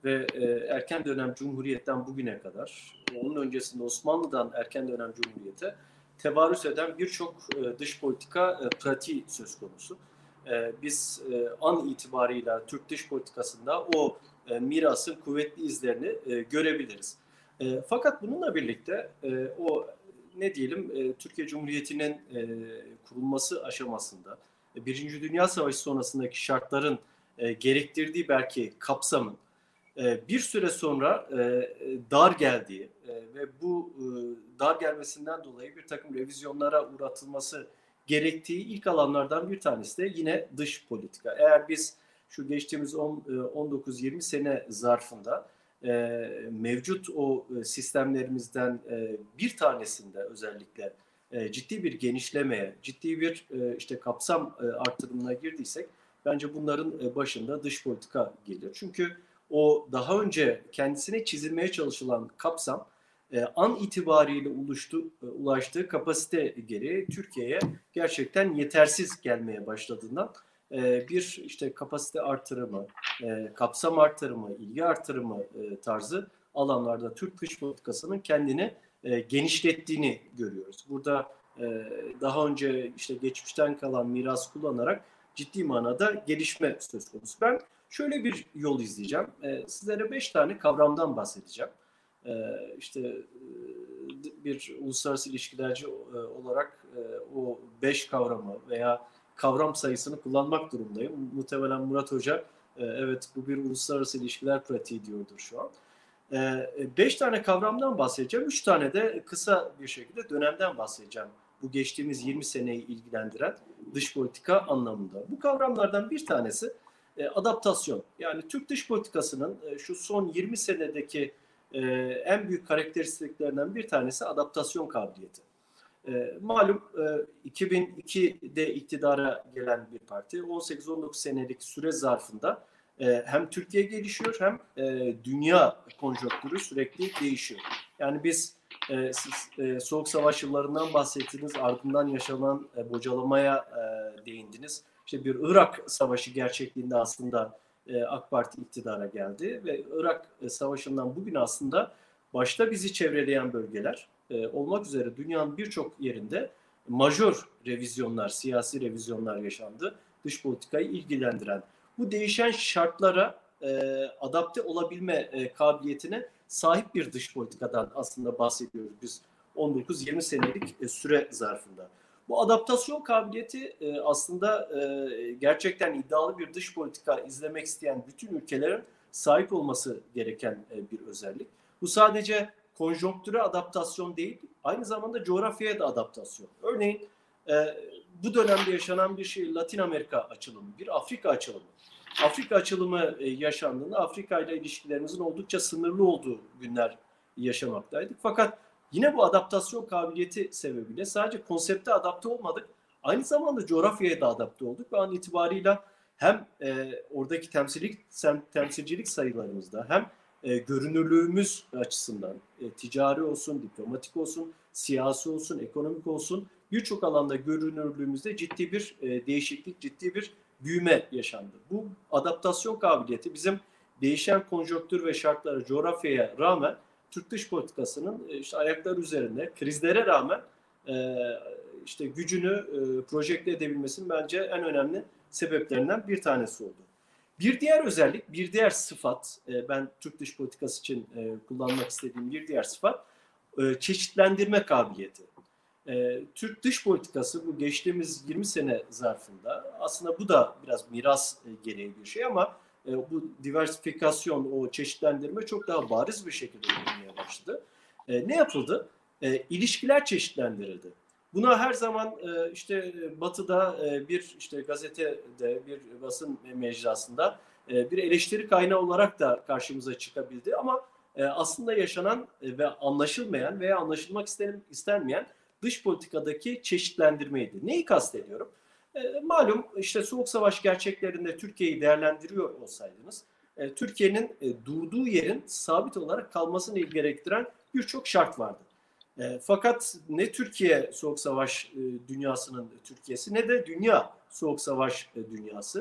ve erken dönem Cumhuriyet'ten bugüne kadar, onun öncesinde Osmanlı'dan erken dönem Cumhuriyet'e tevarüs eden birçok dış politika pratiği söz konusu. Biz an itibarıyla Türk dış politikasında o mirasın kuvvetli izlerini görebiliriz. Fakat bununla birlikte o ne diyelim Türkiye Cumhuriyeti'nin kurulması aşamasında Birinci Dünya Savaşı sonrasındaki şartların gerektirdiği belki kapsamın bir süre sonra dar geldiği ve bu dar gelmesinden dolayı bir takım revizyonlara uğratılması gerektiği ilk alanlardan bir tanesi de yine dış politika. Eğer biz şu geçtiğimiz 19-20 sene zarfında mevcut o sistemlerimizden bir tanesinde özellikle ciddi bir genişlemeye, ciddi bir işte kapsam artırımına girdiysek bence bunların başında dış politika gelir. Çünkü o daha önce kendisine çizilmeye çalışılan kapsam an itibariyle ulaştığı kapasite gereği Türkiye'ye gerçekten yetersiz gelmeye başladığından bir işte kapasite artırımı, kapsam artırımı, ilgi artırımı tarzı alanlarda Türk dış politikasının kendini genişlettiğini görüyoruz. Burada daha önce işte geçmişten kalan miras kullanarak ciddi manada gelişme söz konusu. Ben şöyle bir yol izleyeceğim. Sizlere 5 tane kavramdan bahsedeceğim. İşte bir uluslararası ilişkilerci olarak o 5 kavramı veya kavram sayısını kullanmak durumundayım. Muhtemelen Murat Hoca evet bu bir uluslararası ilişkiler pratiği diyordur şu an. 5 tane kavramdan bahsedeceğim. 3 tane de kısa bir şekilde dönemden bahsedeceğim. Bu geçtiğimiz 20 seneyi ilgilendiren dış politika anlamında. Bu kavramlardan bir tanesi adaptasyon. Yani Türk dış politikasının şu son 20 senedeki en büyük karakteristiklerinden bir tanesi adaptasyon kabiliyeti. Malum 2002'de iktidara gelen bir parti 18-19 senelik süre zarfında hem Türkiye gelişiyor hem dünya konjonktürü sürekli değişiyor. Yani biz siz Soğuk Savaş yıllarından bahsettiniz, ardından yaşanan bocalamaya değindiniz. İşte bir Irak Savaşı gerçekliğinde aslında AK Parti iktidara geldi ve Irak Savaşı'ndan bugün aslında başta bizi çevreleyen bölgeler olmak üzere dünyanın birçok yerinde majör revizyonlar, siyasi revizyonlar yaşandı. Dış politikayı ilgilendiren. Bu değişen şartlara adapte olabilme kabiliyetine sahip bir dış politikadan aslında bahsediyoruz biz 19-20 senelik süre zarfında. Bu adaptasyon kabiliyeti aslında gerçekten iddialı bir dış politika izlemek isteyen bütün ülkelerin sahip olması gereken bir özellik. Bu sadece konjonktüre adaptasyon değil, aynı zamanda coğrafyaya da adaptasyon. Örneğin bu dönemde yaşanan bir şey Latin Amerika açılımı, bir Afrika açılımı. Afrika açılımı yaşandığında Afrika ile ilişkilerimizin oldukça sınırlı olduğu günler yaşamaktaydık. Fakat yine bu adaptasyon kabiliyeti sebebiyle sadece konsepte adapte olmadık, aynı zamanda coğrafyaya da adapte olduk ve an itibarıyla hem oradaki temsilcilik sayılarımızda hem görünürlüğümüz açısından ticari olsun, diplomatik olsun, siyasi olsun, ekonomik olsun birçok alanda görünürlüğümüzde ciddi bir değişiklik, ciddi bir büyüme yaşandı. Bu adaptasyon kabiliyeti bizim değişen konjonktür ve şartlara, coğrafyaya rağmen Türk dış politikasının işte ayakları üzerinde krizlere rağmen işte gücünü projekte edebilmesinin bence en önemli sebeplerinden bir tanesi oldu. Bir diğer özellik, bir diğer sıfat, ben Türk dış politikası için kullanmak istediğim bir diğer sıfat, çeşitlendirme kabiliyeti. Türk dış politikası bu geçtiğimiz 20 sene zarfında aslında bu da biraz miras gereği bir şey ama bu diversifikasyon, o çeşitlendirme çok daha bariz bir şekilde görünmeye başladı. Ne yapıldı? İlişkiler çeşitlendirildi. Buna her zaman işte Batı'da bir işte gazetede, bir basın mecrasında bir eleştiri kaynağı olarak da karşımıza çıkabildi ama aslında yaşanan ve anlaşılmayan veya anlaşılmak istenmeyen dış politikadaki çeşitlendirmeydi. Neyi kastediyorum? Malum işte Soğuk Savaş gerçeklerinde Türkiye'yi değerlendiriyor olsaydınız, Türkiye'nin durduğu yerin sabit olarak kalmasını gerektiren birçok şart vardı. Fakat ne Türkiye Soğuk Savaş dünyasının Türkiye'si ne de dünya Soğuk Savaş dünyası.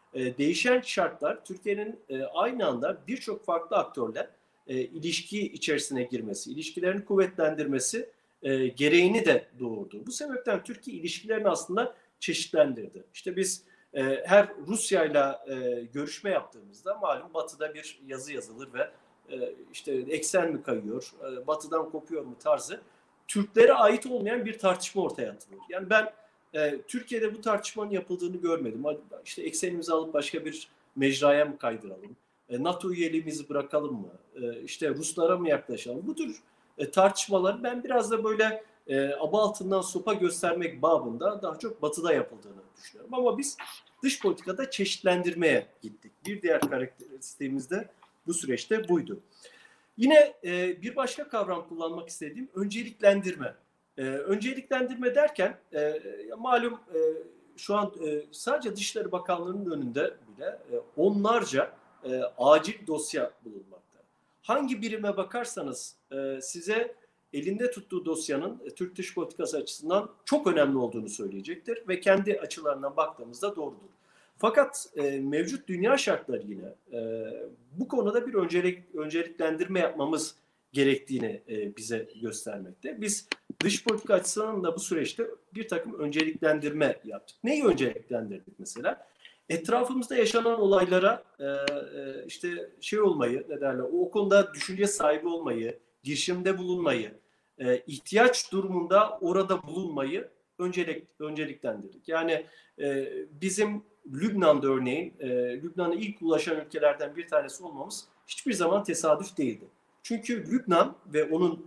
Değişen şartlar Türkiye'nin aynı anda birçok farklı aktörle ilişki içerisine girmesi, ilişkilerini kuvvetlendirmesi gereğini de doğurdu. Bu sebepten Türkiye ilişkilerini aslında çeşitlendirdi. İşte biz her Rusya'yla görüşme yaptığımızda malum Batı'da bir yazı yazılır ve işte eksen mi kayıyor, Batı'dan kopuyor mu tarzı Türklere ait olmayan bir tartışma ortaya atılır. Yani ben Türkiye'de bu tartışmanın yapıldığını görmedim. İşte eksenimizi alıp başka bir mecraya mı kaydıralım? NATO üyeliğimizi bırakalım mı? İşte Ruslara mı yaklaşalım? Bu tür tartışmaları ben biraz da böyle aba altından sopa göstermek babında daha çok Batı'da yapıldığını düşünüyorum. Ama biz dış politikada çeşitlendirmeye gittik. Bir diğer karakteristiğimiz de bu süreçte buydu. Yine bir başka kavram kullanmak istediğim önceliklendirme. Önceliklendirme derken malum şu an sadece Dışişleri Bakanlığı'nın önünde bile onlarca acil dosya bulunmakta. Hangi birime bakarsanız size elinde tuttuğu dosyanın Türk dış politikası açısından çok önemli olduğunu söyleyecektir ve kendi açılarından baktığımızda doğrudur. Fakat mevcut dünya şartları yine bu konuda bir önceliklendirme yapmamız gerektiğini bize göstermekte. Biz dış politika açısından da bu süreçte bir takım önceliklendirme yaptık. Neyi önceliklendirdik mesela? Etrafımızda yaşanan olaylara işte şey olmayı, ne derler, o konuda düşünce sahibi olmayı, girişimde bulunmayı, ihtiyaç durumunda orada bulunmayı önceliklendirdik. Yani bizim Lübnan'da örneğin, Lübnan'a ilk ulaşan ülkelerden bir tanesi olmamız hiçbir zaman tesadüf değildi. Çünkü Lübnan ve onun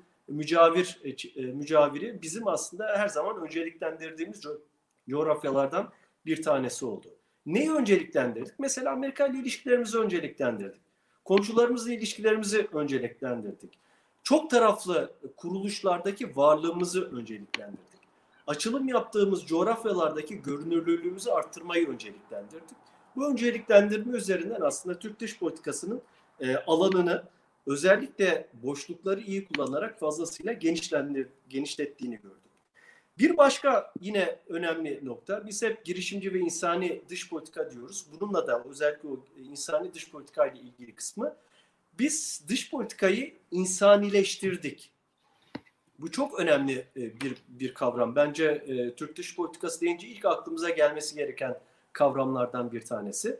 mücaviri bizim aslında her zaman önceliklendirdiğimiz coğrafyalardan bir tanesi oldu. Neyi önceliklendirdik? Mesela Amerika ile ilişkilerimizi önceliklendirdik. Komşularımızla ilişkilerimizi önceliklendirdik. Çok taraflı kuruluşlardaki varlığımızı önceliklendirdik. Açılım yaptığımız coğrafyalardaki görünürlülüğümüzü arttırmayı önceliklendirdik. Bu önceliklendirme üzerinden aslında Türk dış politikasının alanını özellikle boşlukları iyi kullanarak fazlasıyla genişlettiğini gördük. Bir başka yine önemli nokta, biz hep girişimci ve insani dış politika diyoruz. Bununla da özellikle o insani dış politika ile ilgili kısmı, biz dış politikayı insanileştirdik. Bu çok önemli bir kavram. Bence Türk dış politikası deyince ilk aklımıza gelmesi gereken kavramlardan bir tanesi.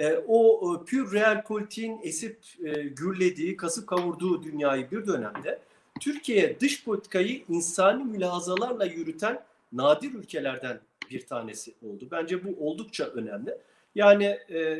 O pür real politiğin esip gürlediği, kasıp kavurduğu dünyayı bir dönemde Türkiye dış politikayı insani mülahazalarla yürüten nadir ülkelerden bir tanesi oldu. Bence bu oldukça önemli. Yani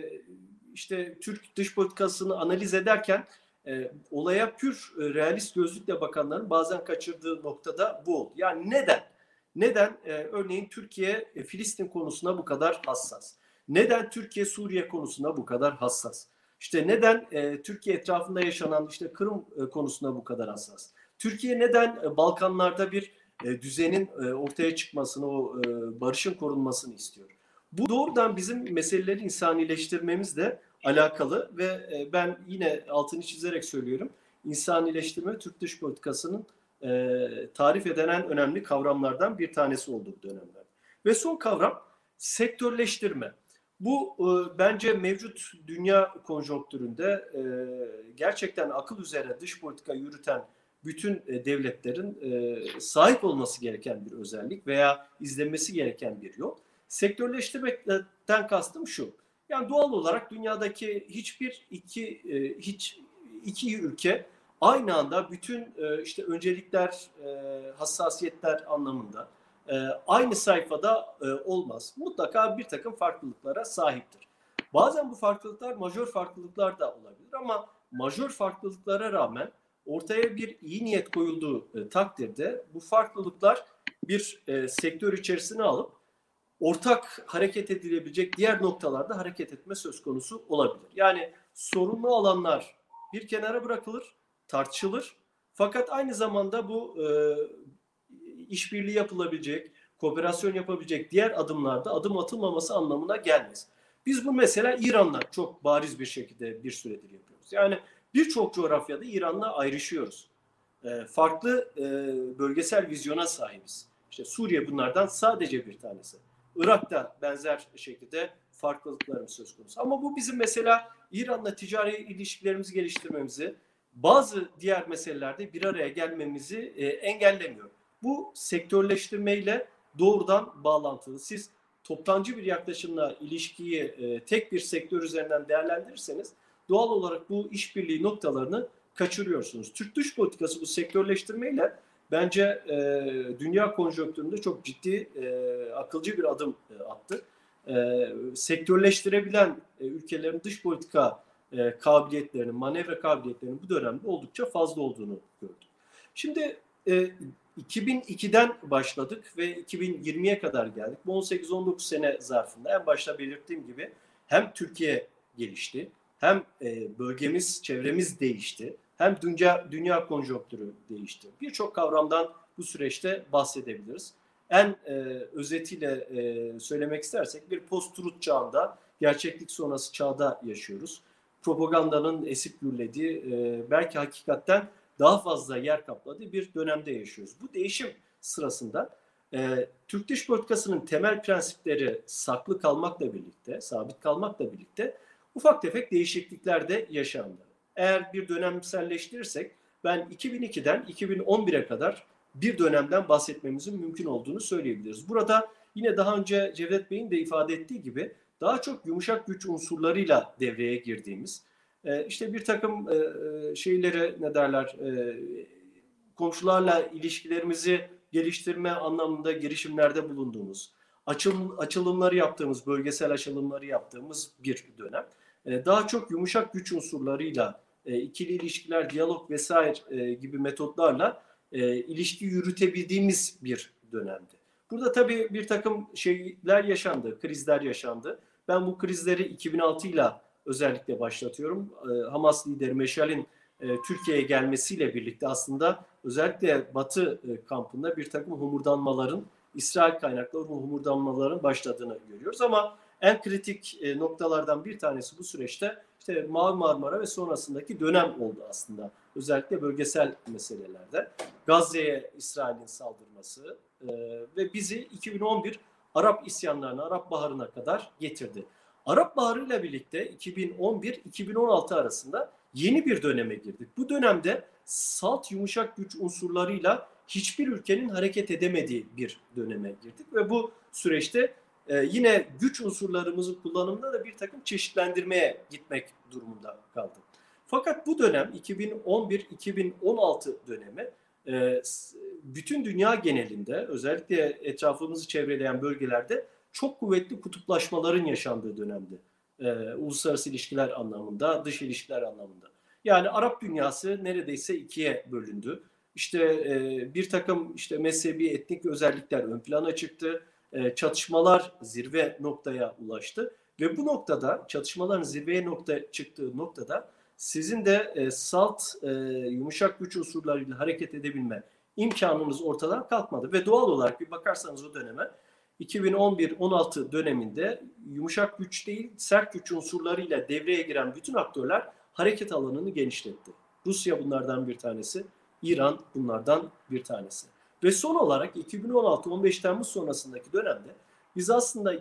işte Türk dış politikasını analiz ederken olaya pür realist gözlükle bakanların bazen kaçırdığı noktada bu oldu. Yani neden? Neden örneğin Türkiye Filistin konusuna bu kadar hassas? Neden Türkiye Suriye konusuna bu kadar hassas? İşte neden Türkiye etrafında yaşanan işte Kırım konusuna bu kadar hassas? Türkiye neden Balkanlarda bir düzenin ortaya çıkmasını, o barışın korunmasını istiyor? Bu doğrudan bizim meseleleri insanileştirmemizle alakalı ve ben yine altını çizerek söylüyorum. İnsanileştirme Türk dış politikasının tarif edilen önemli kavramlardan bir tanesi oldu bu dönemler. Ve son kavram sektörleştirme. Bu bence mevcut dünya konjonktüründe gerçekten akıl üzere dış politika yürüten bütün devletlerin sahip olması gereken bir özellik veya izlenmesi gereken bir yol. Sektörleştirmekten kastım şu. Yani doğal olarak dünyadaki hiçbir iki ülke aynı anda bütün işte öncelikler, hassasiyetler anlamında aynı sayfada olmaz. Mutlaka bir takım farklılıklara sahiptir. Bazen bu farklılıklar majör farklılıklar da olabilir ama majör farklılıklara rağmen ortaya bir iyi niyet koyulduğu takdirde bu farklılıklar bir sektör içerisine alıp ortak hareket edilebilecek diğer noktalarda hareket etme söz konusu olabilir. Yani sorunlu alanlar bir kenara bırakılır, tartışılır. Fakat aynı zamanda bu işbirliği yapılabilecek, kooperasyon yapabilecek diğer adımlarda adım atılmaması anlamına gelmez. Biz bu mesela İran'la çok bariz bir şekilde bir süredir yapıyoruz. Yani birçok coğrafyada İran'la ayrışıyoruz. Farklı bölgesel vizyona sahibiz. İşte Suriye bunlardan sadece bir tanesi. Irak'ta benzer şekilde farklılıklarımız söz konusu. Ama bu bizim mesela İran'la ticari ilişkilerimizi geliştirmemizi, bazı diğer meselelerde bir araya gelmemizi engellemiyor. Bu sektörleştirmeyle doğrudan bağlantılı. Siz toptancı bir yaklaşımla ilişkiyi tek bir sektör üzerinden değerlendirirseniz doğal olarak bu işbirliği noktalarını kaçırıyorsunuz. Türk dış politikası bu sektörleştirmeyle bence dünya konjonktüründe çok ciddi, akılcı bir adım attı. Sektörleştirebilen ülkelerin dış politika kabiliyetlerinin, manevra kabiliyetlerinin bu dönemde oldukça fazla olduğunu gördük. Şimdi 2002'den başladık ve 2020'ye kadar geldik. Bu 18-19 sene zarfında en başta belirttiğim gibi hem Türkiye gelişti, hem bölgemiz, çevremiz değişti, hem dünya konjonktürü değişti. Birçok kavramdan bu süreçte bahsedebiliriz. En özetiyle söylemek istersek bir post-truth çağında, gerçeklik sonrası çağda yaşıyoruz. Propagandanın esip gürlediği, belki hakikatten daha fazla yer kapladığı bir dönemde yaşıyoruz. Bu değişim sırasında Türk dış politikasının temel prensipleri saklı kalmakla birlikte, sabit kalmakla birlikte ufak tefek değişiklikler de yaşandı. Eğer bir dönemselleştirirsek ben 2002'den 2011'e kadar bir dönemden bahsetmemizin mümkün olduğunu söyleyebiliriz. Burada yine daha önce Cevdet Bey'in de ifade ettiği gibi daha çok yumuşak güç unsurlarıyla devreye girdiğimiz, işte bir takım şeyleri ne derler, komşularla ilişkilerimizi geliştirme anlamında girişimlerde bulunduğumuz, açılımları yaptığımız, bölgesel açılımları yaptığımız bir dönem. Daha çok yumuşak güç unsurlarıyla, ikili ilişkiler, diyalog vesaire gibi metotlarla ilişki yürütebildiğimiz bir dönemdi. Burada tabii bir takım şeyler yaşandı, krizler yaşandı. Ben bu krizleri 2006 ile özellikle başlatıyorum. Hamas lideri Meşal'in Türkiye'ye gelmesiyle birlikte aslında özellikle Batı kampında bir takım homurdanmaların, İsrail kaynaklı homurdanmaların başladığını görüyoruz. Ama en kritik noktalardan bir tanesi bu süreçte işte Mavi Marmara ve sonrasındaki dönem oldu aslında. Özellikle bölgesel meselelerde. Gazze'ye İsrail'in saldırması ve bizi 2011 Arap isyanlarına, Arap Baharı'na kadar getirdi. Arap Baharı ile birlikte 2011-2016 arasında yeni bir döneme girdik. Bu dönemde salt yumuşak güç unsurlarıyla hiçbir ülkenin hareket edemediği bir döneme girdik ve bu süreçte yine güç unsurlarımızın kullanımında da bir takım çeşitlendirmeye gitmek durumunda kaldık. Fakat bu dönem 2011-2016 dönemi bütün dünya genelinde, özellikle etrafımızı çevreleyen bölgelerde çok kuvvetli kutuplaşmaların yaşandığı dönemdi. Uluslararası ilişkiler anlamında, dış ilişkiler anlamında. Yani Arap dünyası neredeyse ikiye bölündü. İşte bir takım işte mezhebi, etnik özellikler ön plana çıktı. Çatışmalar zirve noktaya ulaştı. Ve bu noktada, çatışmaların zirveye çıktığı noktada sizin de salt, yumuşak güç unsurlarıyla hareket edebilme imkanınız ortadan kalkmadı. Ve doğal olarak bir bakarsanız o döneme 2011-16 döneminde yumuşak güç değil, sert güç unsurlarıyla devreye giren bütün aktörler hareket alanını genişletti. Rusya bunlardan bir tanesi, İran bunlardan bir tanesi. Ve son olarak 2016-15 Temmuz sonrasındaki dönemde biz aslında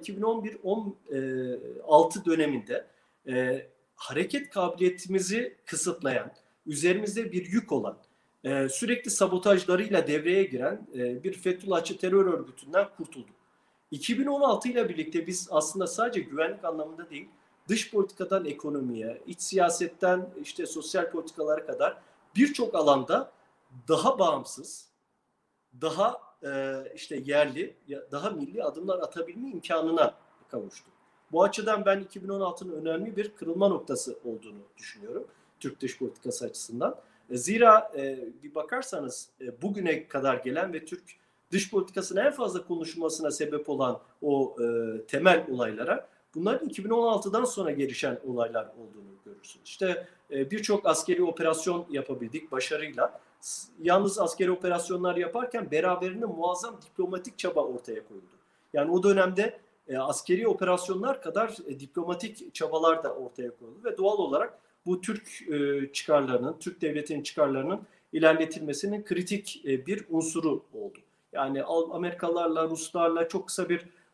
2011-16 döneminde hareket kabiliyetimizi kısıtlayan, üzerimizde bir yük olan, sürekli sabotajlarıyla devreye giren bir Fethullahçı terör örgütünden kurtulduk. 2016 ile birlikte biz aslında sadece güvenlik anlamında değil, dış politikadan ekonomiye, iç siyasetten işte sosyal politikalara kadar birçok alanda daha bağımsız, daha işte yerli, daha milli adımlar atabilme imkanına kavuştuk. Bu açıdan ben 2016'nın önemli bir kırılma noktası olduğunu düşünüyorum Türk dış politikası açısından. Zira bir bakarsanız bugüne kadar gelen ve Türk dış politikasının en fazla konuşulmasına sebep olan o temel olaylara bunların 2016'dan sonra gelişen olaylar olduğunu görürsünüz. İşte birçok askeri operasyon yapabildik başarıyla. Yalnız askeri operasyonlar yaparken beraberinde muazzam diplomatik çaba ortaya koyuldu. Yani o dönemde askeri operasyonlar kadar diplomatik çabalar da ortaya koyuldu ve doğal olarak bu Türk çıkarlarının, Türk devletinin çıkarlarının ilerletilmesinin kritik bir unsuru oldu. Yani Amerikalılarla, Ruslarla çok kısa bir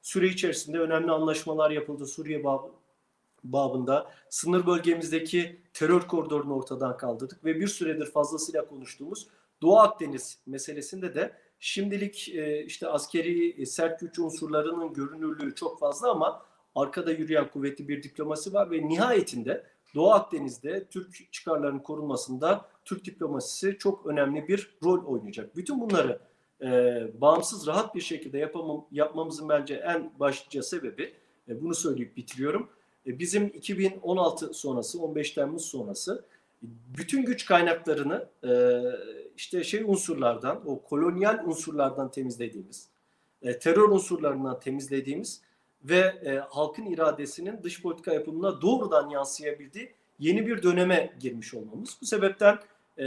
Süre içerisinde önemli anlaşmalar yapıldı Suriye babında. Sınır bölgemizdeki terör koridorunu ortadan kaldırdık ve bir süredir fazlasıyla konuştuğumuz Doğu Akdeniz meselesinde de şimdilik işte askeri sert güç unsurlarının görünürlüğü çok fazla ama arkada yürüyen kuvvetli bir diplomasi var ve nihayetinde Doğu Akdeniz'de Türk çıkarlarının korunmasında Türk diplomasisi çok önemli bir rol oynayacak. Bütün bunları bağımsız, rahat bir şekilde yapmamızın bence en başlıca sebebi, bunu söyleyip bitiriyorum. Bizim 2016 sonrası, 15 Temmuz sonrası bütün güç kaynaklarını işte unsurlardan, o kolonyal unsurlardan temizlediğimiz, terör unsurlarından temizlediğimiz ve halkın iradesinin dış politika yapımına doğrudan yansıyabildiği yeni bir döneme girmiş olmamız. Bu sebepten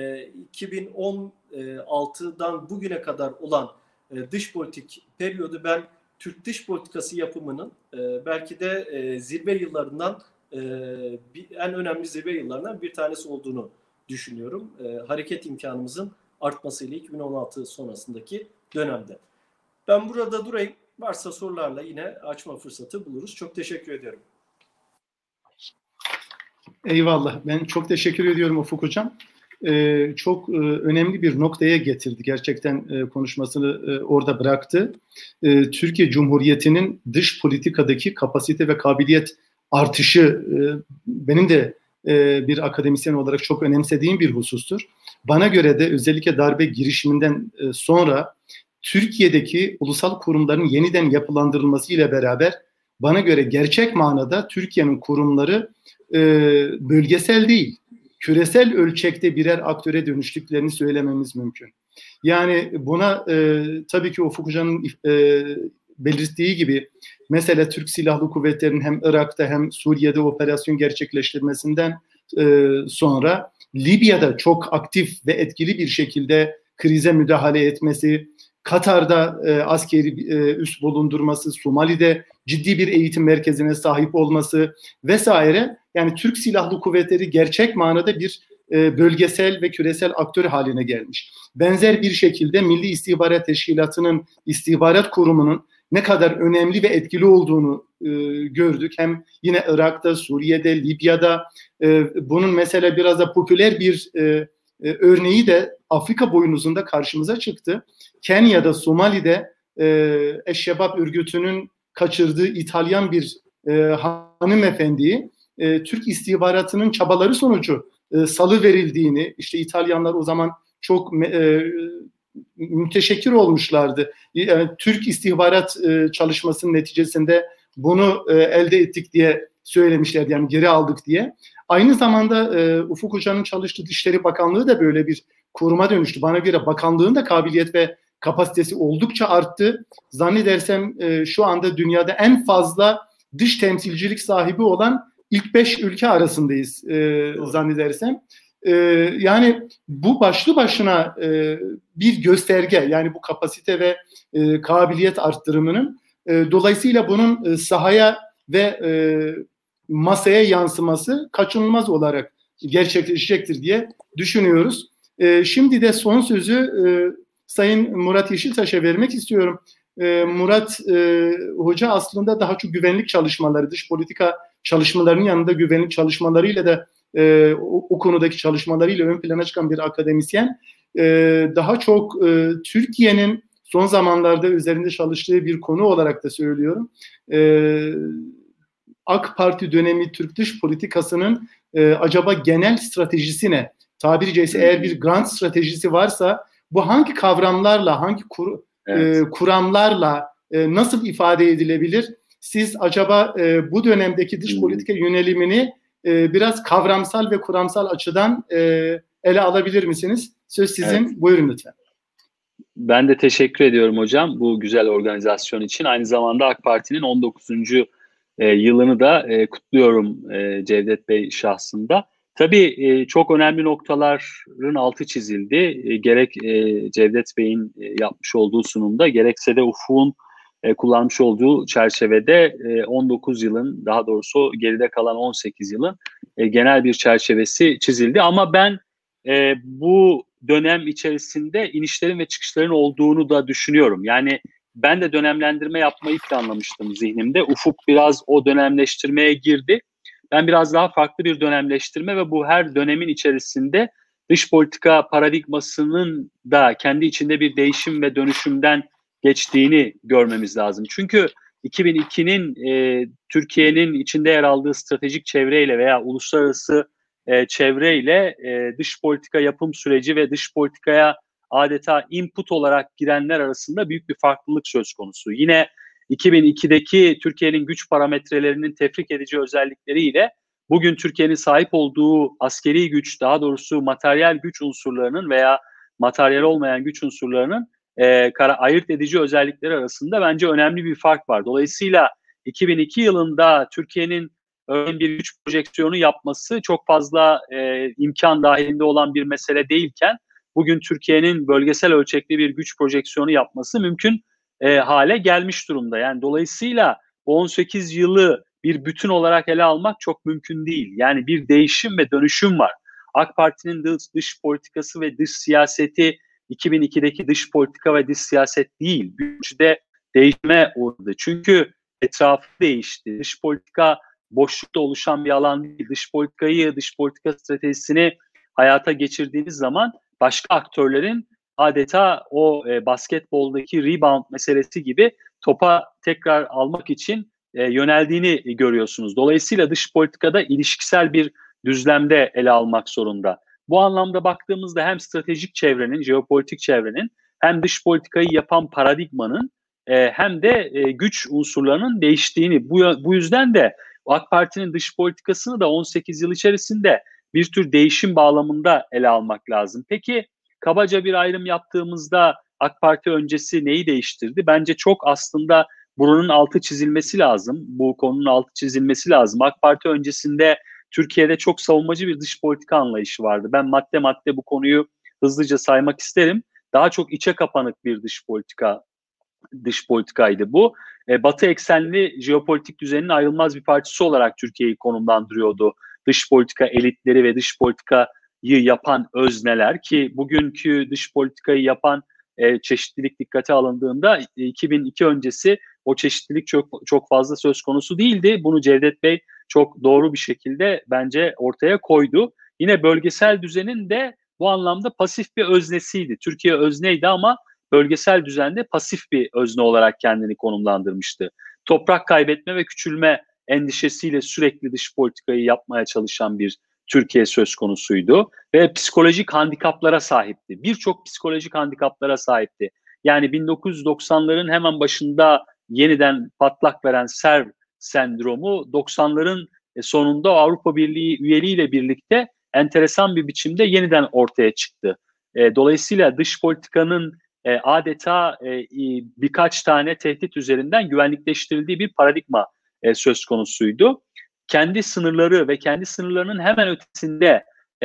2016'dan bugüne kadar olan dış politik periyodu ben Türk dış politikası yapımının belki de zirve yıllarından en önemli zirve yıllarından bir tanesi olduğunu düşünüyorum. Hareket imkanımızın artmasıyla 2016 sonrasındaki dönemde. Ben burada durayım. Varsa sorularla yine açma fırsatı buluruz. Çok teşekkür ediyorum. Eyvallah. Ben çok teşekkür ediyorum Ufuk Hocam. Çok önemli bir noktaya getirdi. Gerçekten konuşmasını orada bıraktı. Türkiye Cumhuriyeti'nin dış politikadaki kapasite ve kabiliyet artışı benim de bir akademisyen olarak çok önemsediğim bir husustur. Bana göre de özellikle darbe girişiminden sonra Türkiye'deki ulusal kurumların yeniden yapılandırılması ile beraber bana göre gerçek manada Türkiye'nin kurumları bölgesel değil, küresel ölçekte birer aktöre dönüştüklerini söylememiz mümkün. Yani buna tabii ki Ufuk Hoca'nın belirttiği gibi mesela Türk Silahlı Kuvvetleri'nin hem Irak'ta hem Suriye'de operasyon gerçekleştirmesinden sonra Libya'da çok aktif ve etkili bir şekilde krize müdahale etmesi, Katar'da askeri üs bulundurması, Somali'de ciddi bir eğitim merkezine sahip olması vesaire. Yani Türk Silahlı Kuvvetleri gerçek manada bir bölgesel ve küresel aktör haline gelmiş. Benzer bir şekilde Milli İstihbarat Teşkilatı'nın, istihbarat kurumunun ne kadar önemli ve etkili olduğunu gördük. Hem yine Irak'ta, Suriye'de, Libya'da. Bunun mesela biraz da popüler bir örneği de Afrika boynuzunda karşımıza çıktı. Kenya'da, Somali'de Eşşebab örgütünün kaçırdığı İtalyan bir hanımefendiyi Türk istihbaratının çabaları sonucu salı verildiğini, işte İtalyanlar o zaman çok müteşekkir olmuşlardı. Yani Türk istihbarat çalışmasının neticesinde bunu elde ettik diye söylemişlerdi, yani geri aldık diye. Aynı zamanda Ufuk Hoca'nın çalıştığı Dışişleri Bakanlığı da böyle bir kuruma dönüştü. Bana göre bakanlığın da kabiliyet ve kapasitesi oldukça arttı. Zannedersem şu anda dünyada en fazla dış temsilcilik sahibi olan ilk 5 ülke arasındayız zannedersem. Yani bu başlı başına bir gösterge, yani bu kapasite ve kabiliyet arttırımının. Dolayısıyla bunun sahaya ve masaya yansıması kaçınılmaz olarak gerçekleşecektir diye düşünüyoruz. Şimdi de son sözü Sayın Murat Yeşiltaş'a vermek istiyorum. Murat Hoca aslında daha çok güvenlik çalışmaları, dış politika çalışmalarının yanında güvenlik çalışmalarıyla da o konudaki çalışmalarıyla ön plana çıkan bir akademisyen. Daha çok Türkiye'nin son zamanlarda üzerinde çalıştığı bir konu olarak da söylüyorum. AK Parti dönemi Türk dış politikasının acaba genel stratejisi ne? Tabiri caizse eğer bir grand stratejisi varsa bu hangi kavramlarla, hangi kuramlarla nasıl ifade edilebilir? Siz acaba bu dönemdeki dış politika yönelimini biraz kavramsal ve kuramsal açıdan ele alabilir misiniz? Söz sizin. Evet. Buyurun lütfen. Ben de teşekkür ediyorum hocam bu güzel organizasyon için. Aynı zamanda AK Parti'nin 19. yılını da kutluyorum Cevdet Bey şahsında. Tabii çok önemli noktaların altı çizildi. Gerek Cevdet Bey'in yapmış olduğu sunumda, gerekse de Ufuk'un kullanmış olduğu çerçevede 19 yılın, daha doğrusu geride kalan 18 yılın genel bir çerçevesi çizildi. Ama ben bu dönem içerisinde inişlerin ve çıkışların olduğunu da düşünüyorum. Yani ben de dönemlendirme yapmayı planlamıştım zihnimde. Ufuk biraz o dönemleştirmeye girdi. Ben biraz daha farklı bir dönemleştirme ve bu her dönemin içerisinde dış politika paradigmasının da kendi içinde bir değişim ve dönüşümden geçtiğini görmemiz lazım. Çünkü 2002'nin Türkiye'nin içinde yer aldığı stratejik çevreyle veya uluslararası çevreyle dış politika yapım süreci ve dış politikaya adeta input olarak girenler arasında büyük bir farklılık söz konusu. Yine 2002'deki Türkiye'nin güç parametrelerinin tefrik edici özellikleriyle bugün Türkiye'nin sahip olduğu askeri güç, daha doğrusu materyal güç unsurlarının veya materyal olmayan güç unsurlarının ayırt edici özellikleri arasında bence önemli bir fark var. Dolayısıyla 2002 yılında Türkiye'nin örneğin bir güç projeksiyonu yapması çok fazla imkan dahilinde olan bir mesele değilken bugün Türkiye'nin bölgesel ölçekli bir güç projeksiyonu yapması mümkün hale gelmiş durumda. Yani dolayısıyla bu 18 yılı bir bütün olarak ele almak çok mümkün değil. Yani bir değişim ve dönüşüm var. AK Parti'nin dış politikası ve dış siyaseti 2002'deki dış politika ve dış siyaset değil. Güçte değişime uğradı. Çünkü etrafı değişti. Dış politika boşlukta oluşan bir alan değil. Dış politikayı, dış politika stratejisini hayata geçirdiğiniz zaman başka aktörlerin adeta o basketboldaki rebound meselesi gibi topa tekrar almak için yöneldiğini görüyorsunuz. Dolayısıyla dış politikada ilişkisel bir düzlemde ele almak zorunda. Bu anlamda baktığımızda hem stratejik çevrenin, jeopolitik çevrenin hem dış politikayı yapan paradigmanın hem de güç unsurlarının değiştiğini, bu yüzden de AK Parti'nin dış politikasını da 18 yıl içerisinde bir tür değişim bağlamında ele almak lazım. Peki kabaca bir ayrım yaptığımızda AK Parti öncesi neyi değiştirdi? Bence çok aslında buranın altı çizilmesi lazım. Bu konunun altı çizilmesi lazım. AK Parti öncesinde Türkiye'de çok savunmacı bir dış politika anlayışı vardı. Ben madde madde bu konuyu hızlıca saymak isterim. Daha çok içe kapanık bir dış politikaydı bu. Batı eksenli jeopolitik düzenin ayrılmaz bir parçası olarak Türkiye'yi konumlandırıyordu. Dış politika elitleri ve dış politikayı yapan özneler ki bugünkü dış politikayı yapan çeşitlilik dikkate alındığında 2002 öncesi o çeşitlilik çok fazla söz konusu değildi. Bunu Cevdet Bey çok doğru bir şekilde bence ortaya koydu. Yine bölgesel düzenin de bu anlamda pasif bir öznesiydi. Türkiye özneydi ama bölgesel düzende pasif bir özne olarak kendini konumlandırmıştı. Toprak kaybetme ve küçülme endişesiyle sürekli dış politikayı yapmaya çalışan bir Türkiye söz konusuydu ve psikolojik handikaplara sahipti. Birçok psikolojik handikaplara sahipti. Yani 1990'ların hemen başında yeniden patlak veren Serv sendromu 90'ların sonunda Avrupa Birliği üyeliğiyle birlikte enteresan bir biçimde yeniden ortaya çıktı. Dolayısıyla dış politikanın adeta birkaç tane tehdit üzerinden güvenlikleştirildiği bir paradigma söz konusuydu. Kendi sınırları ve kendi sınırlarının hemen ötesinde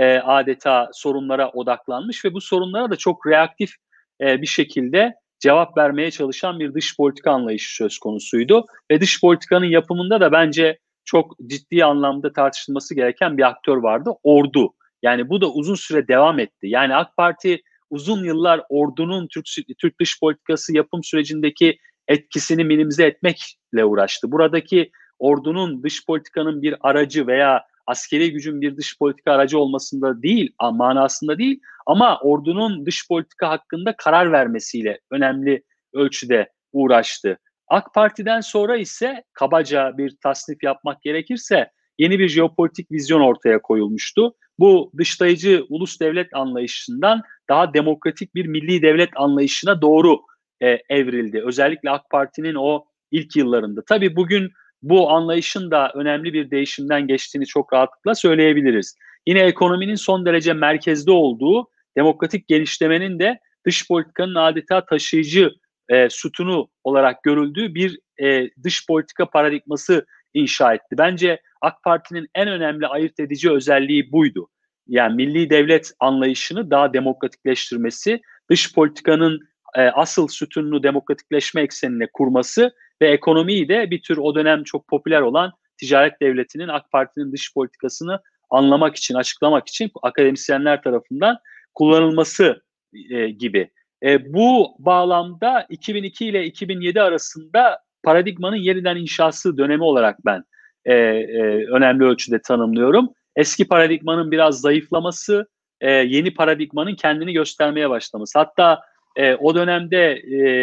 adeta sorunlara odaklanmış ve bu sorunlara da çok reaktif bir şekilde cevap vermeye çalışan bir dış politika anlayışı söz konusuydu. Ve dış politikanın yapımında da bence çok ciddi anlamda tartışılması gereken bir aktör vardı, ordu. Yani bu da uzun süre devam etti. Yani AK Parti uzun yıllar ordunun Türk dış politikası yapım sürecindeki etkisini minimize etmekle uğraştı. Buradaki ordunun dış politikanın bir aracı veya askeri gücün bir dış politika aracı olmasında değil, manasında değil ama ordunun dış politika hakkında karar vermesiyle önemli ölçüde uğraştı. AK Parti'den sonra ise kabaca bir tasnif yapmak gerekirse yeni bir jeopolitik vizyon ortaya koyulmuştu. Bu dışlayıcı ulus devlet anlayışından daha demokratik bir milli devlet anlayışına doğru evrildi. Özellikle AK Parti'nin o ilk yıllarında. Tabii bugün bu anlayışın da önemli bir değişimden geçtiğini çok rahatlıkla söyleyebiliriz. Yine ekonominin son derece merkezde olduğu demokratik genişlemenin de dış politikanın adeta taşıyıcı sütunu olarak görüldüğü bir dış politika paradigması inşa etti. Bence AK Parti'nin en önemli ayırt edici özelliği buydu. Yani milli devlet anlayışını daha demokratikleştirmesi, dış politikanın asıl sütununu demokratikleşme eksenine kurması ve ekonomiyi de bir tür o dönem çok popüler olan ticaret devletinin AK Parti'nin dış politikasını anlamak için, açıklamak için akademisyenler tarafından kullanılması gibi. Bu bağlamda 2002 ile 2007 arasında paradigmanın yeniden inşası dönemi olarak ben önemli ölçüde tanımlıyorum. Eski paradigmanın biraz zayıflaması, yeni paradigmanın kendini göstermeye başlaması. Hatta o dönemde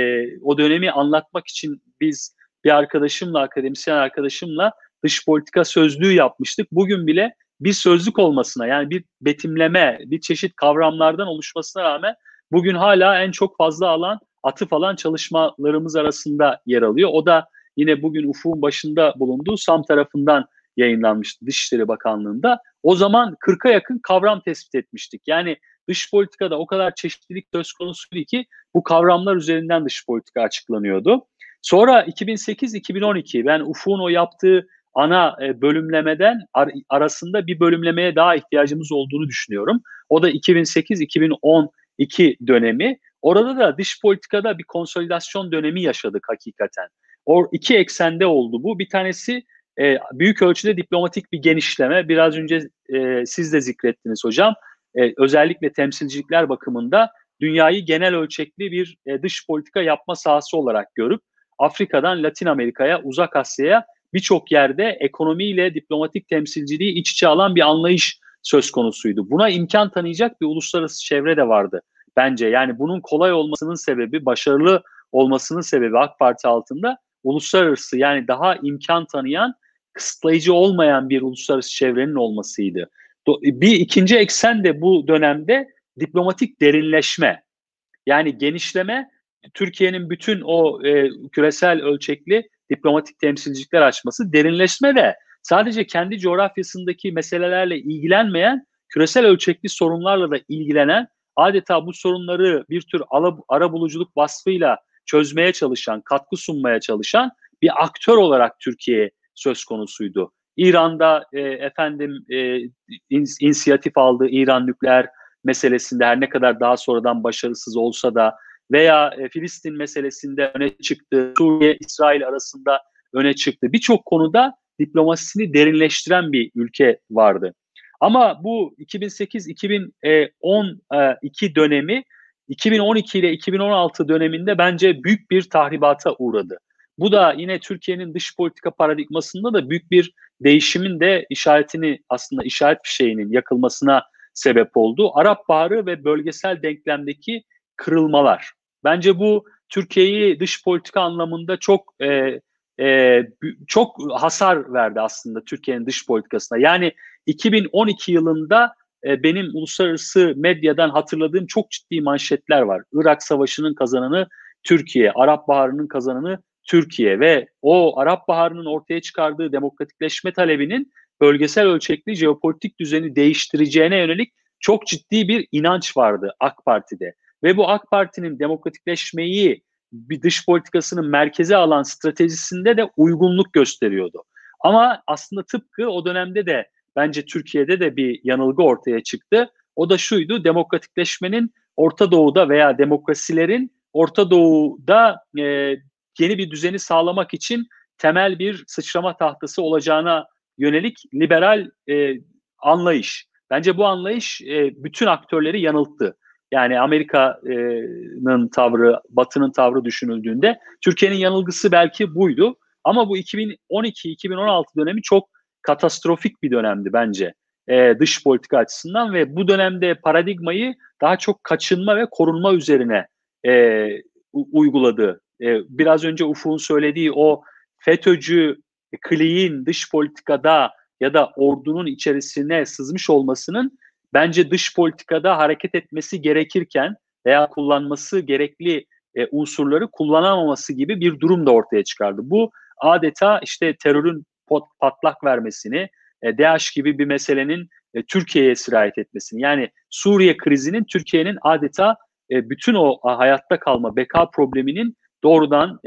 o dönemi anlatmak için biz bir arkadaşımla, akademisyen arkadaşımla dış politika sözlüğü yapmıştık. Bugün bile bir sözlük olmasına, yani bir betimleme, bir çeşit kavramlardan oluşmasına rağmen bugün hala en çok fazla atıf alan çalışmalarımız arasında yer alıyor. O da yine bugün Ufuk'un başında bulunduğu SAM tarafından yayınlanmıştı Dışişleri Bakanlığı'nda. O zaman 40'a yakın kavram tespit etmiştik. Yani dış politikada o kadar çeşitlilik söz konusuydu ki bu kavramlar üzerinden dış politika açıklanıyordu. Sonra 2008-2012 ben Ufuk'un o yaptığı ana bölümlemeden arasında bir bölümlemeye daha ihtiyacımız olduğunu düşünüyorum. O da 2008-2012 dönemi. Orada da dış politikada bir konsolidasyon dönemi yaşadık hakikaten. O iki eksende oldu bu. Bir tanesi büyük ölçüde diplomatik bir genişleme. Biraz önce siz de zikrettiniz hocam. Özellikle temsilcilikler bakımında dünyayı genel ölçekli bir dış politika yapma sahası olarak görüp Afrika'dan Latin Amerika'ya, Uzak Asya'ya birçok yerde ekonomiyle diplomatik temsilciliği iç içe alan bir anlayış söz konusuydu. Buna imkan tanıyacak bir uluslararası çevre de vardı bence. Yani bunun kolay olmasının sebebi, başarılı olmasının sebebi AK Parti altında uluslararası, yani daha imkan tanıyan, kısıtlayıcı olmayan bir uluslararası çevrenin olmasıydı. Bir ikinci eksen de bu dönemde diplomatik derinleşme. Yani genişleme, Türkiye'nin bütün o küresel ölçekli diplomatik temsilcilikler açması, derinleşme de sadece kendi coğrafyasındaki meselelerle ilgilenmeyen, küresel ölçekli sorunlarla da ilgilenen, adeta bu sorunları bir tür arabuluculuk vasfıyla çözmeye çalışan, katkı sunmaya çalışan bir aktör olarak Türkiye söz konusuydu. İran'da inisiyatif aldığı İran nükleer meselesinde her ne kadar daha sonradan başarısız olsa da veya Filistin meselesinde öne çıktı, Suriye, İsrail arasında öne çıktı. Birçok konuda diplomasisini derinleştiren bir ülke vardı. Ama bu 2008-2012 dönemi 2012 ile 2016 döneminde bence büyük bir tahribata uğradı. Bu da yine Türkiye'nin dış politika paradigmasında da büyük bir değişimin de işaret fişeğinin yakılmasına sebep oldu. Arap Baharı ve bölgesel denklemdeki kırılmalar. Bence bu Türkiye'yi dış politika anlamında çok hasar verdi aslında Türkiye'nin dış politikasına. Yani 2012 yılında benim uluslararası medyadan hatırladığım çok ciddi manşetler var. Irak Savaşı'nın kazananı Türkiye, Arap Baharı'nın kazananı Türkiye ve o Arap Baharı'nın ortaya çıkardığı demokratikleşme talebinin bölgesel ölçekli jeopolitik düzeni değiştireceğine yönelik çok ciddi bir inanç vardı AK Parti'de. Ve bu AK Parti'nin demokratikleşmeyi bir dış politikasının merkeze alan stratejisinde de uygunluk gösteriyordu. Ama aslında tıpkı o dönemde de bence Türkiye'de de bir yanılgı ortaya çıktı. O da şuydu: demokratikleşmenin Orta Doğu'da veya demokrasilerin Orta Doğu'da yeni bir düzeni sağlamak için temel bir sıçrama tahtası olacağına yönelik liberal anlayış. Bence bu anlayış bütün aktörleri yanılttı. Yani Amerika'nın tavrı, Batı'nın tavrı düşünüldüğünde Türkiye'nin yanılgısı belki buydu. Ama bu 2012-2016 dönemi çok katastrofik bir dönemdi bence dış politika açısından ve bu dönemde paradigmayı daha çok kaçınma ve korunma üzerine uyguladı. Biraz önce Ufuk'un söylediği o FETÖ'cü kliğin dış politikada ya da ordunun içerisine sızmış olmasının bence dış politikada hareket etmesi gerekirken veya kullanması gerekli unsurları kullanamaması gibi bir durum da ortaya çıkardı. Bu adeta işte terörün patlak vermesini, DAEŞ gibi bir meselenin Türkiye'ye sirayet etmesini, yani Suriye krizinin Türkiye'nin adeta bütün o hayatta kalma, beka probleminin doğrudan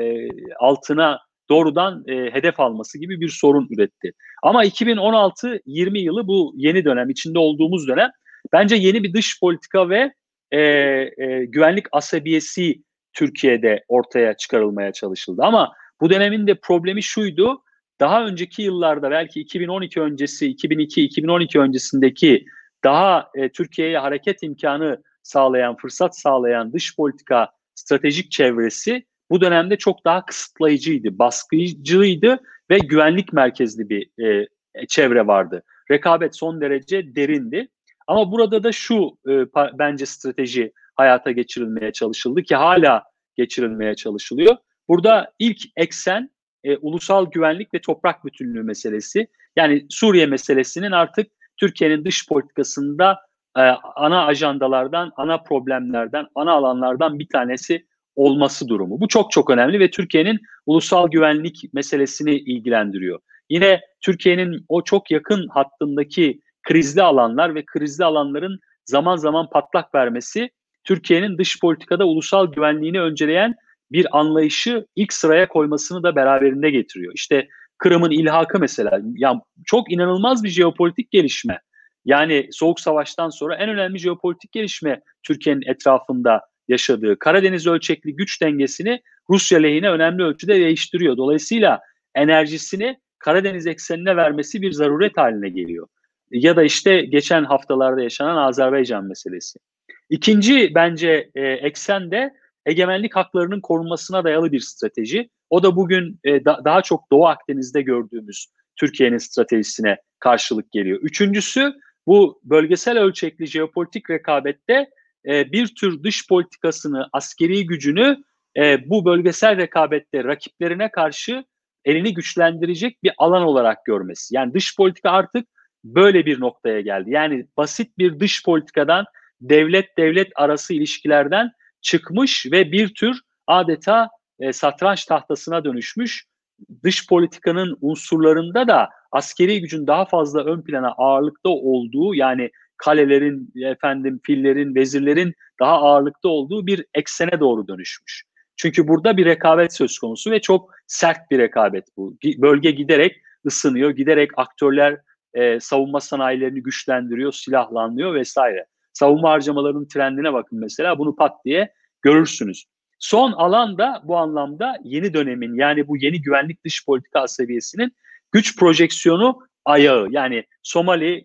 hedef alması gibi bir sorun üretti. Ama 2016-20 yılı, bu yeni dönem, içinde olduğumuz dönem, bence yeni bir dış politika ve güvenlik asabiyesi Türkiye'de ortaya çıkarılmaya çalışıldı. Ama bu dönemin de problemi şuydu: daha önceki yıllarda, belki 2012 öncesi, 2002-2012 öncesindeki daha Türkiye'ye hareket imkanı sağlayan, fırsat sağlayan dış politika stratejik çevresi bu dönemde çok daha kısıtlayıcıydı, baskıcıydı ve güvenlik merkezli bir çevre vardı. Rekabet son derece derindi. Ama burada da şu bence strateji hayata geçirilmeye çalışıldı ki hala geçirilmeye çalışılıyor. Burada ilk eksen ulusal güvenlik ve toprak bütünlüğü meselesi. Yani Suriye meselesinin artık Türkiye'nin dış politikasında ana ajandalardan, ana problemlerden, ana alanlardan bir tanesi olması durumu. Bu çok çok önemli ve Türkiye'nin ulusal güvenlik meselesini ilgilendiriyor. Yine Türkiye'nin o çok yakın hattındaki krizli alanlar ve krizli alanların zaman zaman patlak vermesi Türkiye'nin dış politikada ulusal güvenliğini önceleyen bir anlayışı ilk sıraya koymasını da beraberinde getiriyor. İşte Kırım'ın ilhakı mesela, yani çok inanılmaz bir jeopolitik gelişme. Yani Soğuk Savaş'tan sonra en önemli jeopolitik gelişme Türkiye'nin etrafında yaşadığı. Karadeniz ölçekli güç dengesini Rusya lehine önemli ölçüde değiştiriyor. Dolayısıyla enerjisini Karadeniz eksenine vermesi bir zaruret haline geliyor. Ya da işte geçen haftalarda yaşanan Azerbaycan meselesi. İkinci bence eksen de egemenlik haklarının korunmasına dayalı bir strateji. O da bugün daha çok Doğu Akdeniz'de gördüğümüz Türkiye'nin stratejisine karşılık geliyor. Üçüncüsü bu bölgesel ölçekli jeopolitik rekabette bir tür dış politikasını, askeri gücünü bu bölgesel rekabette rakiplerine karşı elini güçlendirecek bir alan olarak görmesi. Yani dış politika artık böyle bir noktaya geldi. Yani basit bir dış politikadan, devlet arası ilişkilerden çıkmış ve bir tür adeta satranç tahtasına dönüşmüş. Dış politikanın unsurlarında da askeri gücün daha fazla ön plana ağırlıkta olduğu, yani kalelerin, fillerin, vezirlerin daha ağırlıkta olduğu bir eksene doğru dönüşmüş. Çünkü burada bir rekabet söz konusu ve çok sert bir rekabet bu. Bölge giderek ısınıyor, giderek aktörler savunma sanayilerini güçlendiriyor, silahlanıyor vesaire. Savunma harcamalarının trendine bakın mesela, bunu pat diye görürsünüz. Son alan da bu anlamda yeni dönemin, yani bu yeni güvenlik dış politika seviyesinin güç projeksiyonu ayağı. Yani Somali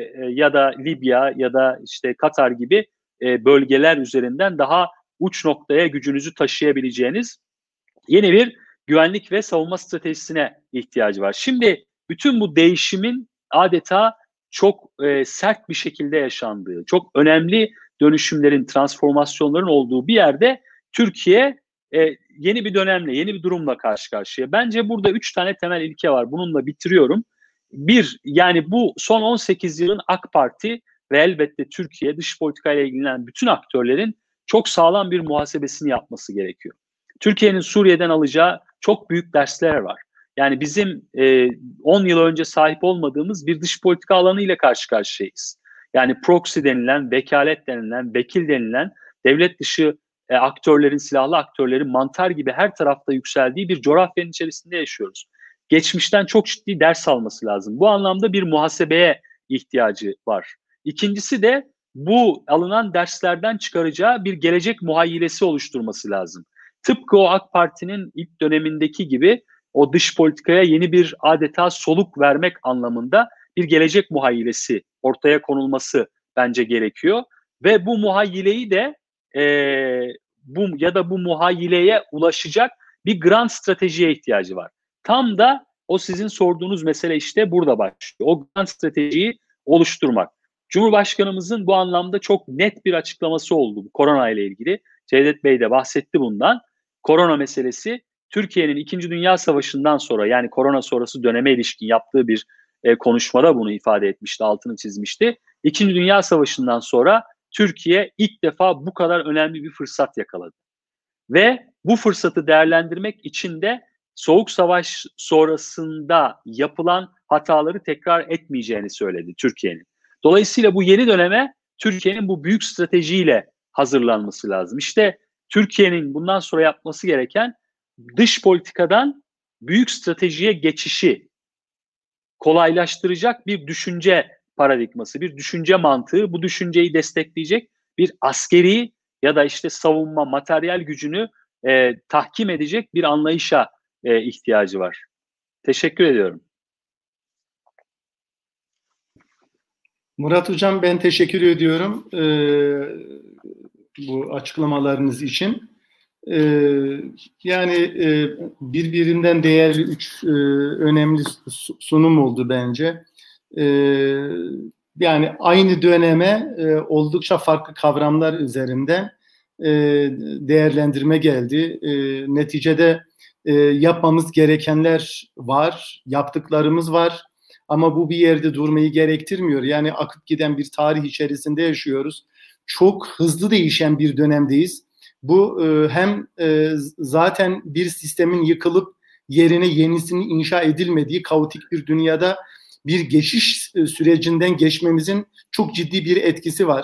ya da Libya ya da işte Katar gibi bölgeler üzerinden daha uç noktaya gücünüzü taşıyabileceğiniz yeni bir güvenlik ve savunma stratejisine ihtiyacı var. Şimdi bütün bu değişimin adeta çok sert bir şekilde yaşandığı, çok önemli dönüşümlerin, transformasyonların olduğu bir yerde Türkiye yeni bir dönemle, yeni bir durumla karşı karşıya. Bence burada 3 tane temel ilke var. Bununla bitiriyorum. Bir, yani bu son 18 yılın AK Parti ve elbette Türkiye dış politikayla ilgilenen bütün aktörlerin çok sağlam bir muhasebesini yapması gerekiyor. Türkiye'nin Suriye'den alacağı çok büyük dersler var. Yani bizim 10 yıl önce sahip olmadığımız bir dış politika alanı ile karşı karşıyayız. Yani proxy denilen, vekalet denilen, vekil denilen devlet dışı aktörlerin, silahlı aktörlerin mantar gibi her tarafta yükseldiği bir coğrafyanın içerisinde yaşıyoruz. Geçmişten çok ciddi ders alması lazım. Bu anlamda bir muhasebeye ihtiyacı var. İkincisi de bu alınan derslerden çıkaracağı bir gelecek muhayyilesi oluşturması lazım. Tıpkı o AK Parti'nin ilk dönemindeki gibi o dış politikaya yeni bir adeta soluk vermek anlamında bir gelecek muhayyilesi ortaya konulması bence gerekiyor. Ve bu muhayyileyi de bu muhayyileye ulaşacak bir grand stratejiye ihtiyacı var. Tam da o sizin sorduğunuz mesele işte burada başlıyor. O grand stratejiyi oluşturmak. Cumhurbaşkanımızın bu anlamda çok net bir açıklaması oldu korona ile ilgili. Cevdet Bey de bahsetti bundan. Korona meselesi Türkiye'nin 2. Dünya Savaşı'ndan sonra, yani korona sonrası döneme ilişkin yaptığı bir konuşmada bunu ifade etmişti, altını çizmişti. 2. Dünya Savaşı'ndan sonra Türkiye ilk defa bu kadar önemli bir fırsat yakaladı. Ve bu fırsatı değerlendirmek için de Soğuk Savaş sonrasında yapılan hataları tekrar etmeyeceğini söyledi Türkiye'nin. Dolayısıyla bu yeni döneme Türkiye'nin bu büyük stratejiyle hazırlanması lazım. İşte Türkiye'nin bundan sonra yapması gereken dış politikadan büyük stratejiye geçişi kolaylaştıracak bir düşünce paradigması, bir düşünce mantığı, bu düşünceyi destekleyecek bir askeri ya da işte savunma, materyal gücünü tahkim edecek bir anlayışa ihtiyacı var. Teşekkür ediyorum. Murat Hocam, ben teşekkür ediyorum bu açıklamalarınız için. Yani birbirinden değerli üç önemli sunum oldu bence. Yani aynı döneme oldukça farklı kavramlar üzerinden değerlendirme geldi. Neticede yapmamız gerekenler var, yaptıklarımız var. Ama bu bir yerde durmayı gerektirmiyor. Yani akıp giden bir tarih içerisinde yaşıyoruz. Çok hızlı değişen bir dönemdeyiz. Bu hem zaten bir sistemin yıkılıp yerine yenisinin inşa edilmediği kaotik bir dünyada bir geçiş sürecinden geçmemizin çok ciddi bir etkisi var.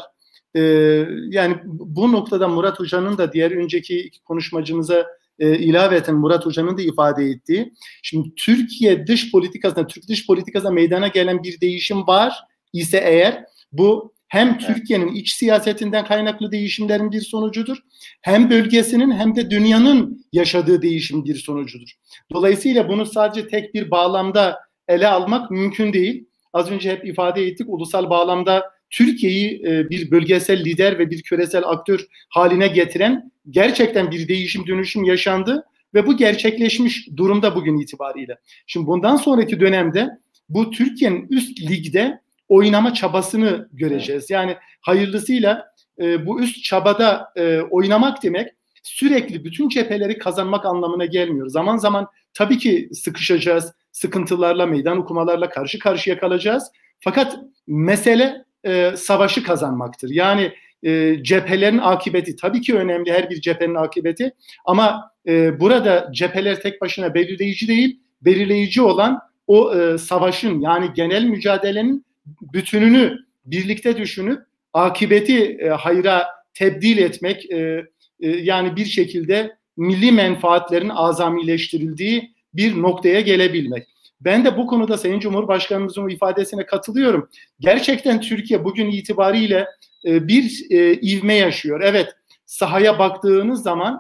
Yani bu noktada Murat Hoca'nın da diğer önceki konuşmacımıza ilaveten Murat Hoca'nın da ifade ettiği, şimdi Türkiye dış politikasında, Türk dış politikasında meydana gelen bir değişim var ise eğer, bu hem Türkiye'nin iç siyasetinden kaynaklı değişimlerin bir sonucudur, hem bölgesinin hem de dünyanın yaşadığı değişim bir sonucudur. Dolayısıyla bunu sadece tek bir bağlamda ele almak mümkün değil. Az önce hep ifade ettik, ulusal bağlamda Türkiye'yi bir bölgesel lider ve bir küresel aktör haline getiren gerçekten bir değişim dönüşüm yaşandı ve bu gerçekleşmiş durumda bugün itibariyle. Şimdi bundan sonraki dönemde bu Türkiye'nin üst ligde oynama çabasını göreceğiz. Yani hayırlısıyla bu üst çabada oynamak demek sürekli bütün cepheleri kazanmak anlamına gelmiyor. Zaman zaman tabii ki sıkışacağız, sıkıntılarla, meydan okumalarla karşı karşıya kalacağız. Fakat mesele savaşı kazanmaktır. Yani cephelerin akıbeti tabii ki önemli, her bir cephenin akıbeti, ama burada cepheler tek başına belirleyici değil, belirleyici olan o savaşın, yani genel mücadelenin bütününü birlikte düşünüp akıbeti hayra tebdil etmek, yani bir şekilde milli menfaatlerin azamileştirildiği bir noktaya gelebilmek. Ben de bu konuda Sayın Cumhurbaşkanımızın ifadesine katılıyorum. Gerçekten Türkiye bugün itibariyle bir ivme yaşıyor. Evet, sahaya baktığınız zaman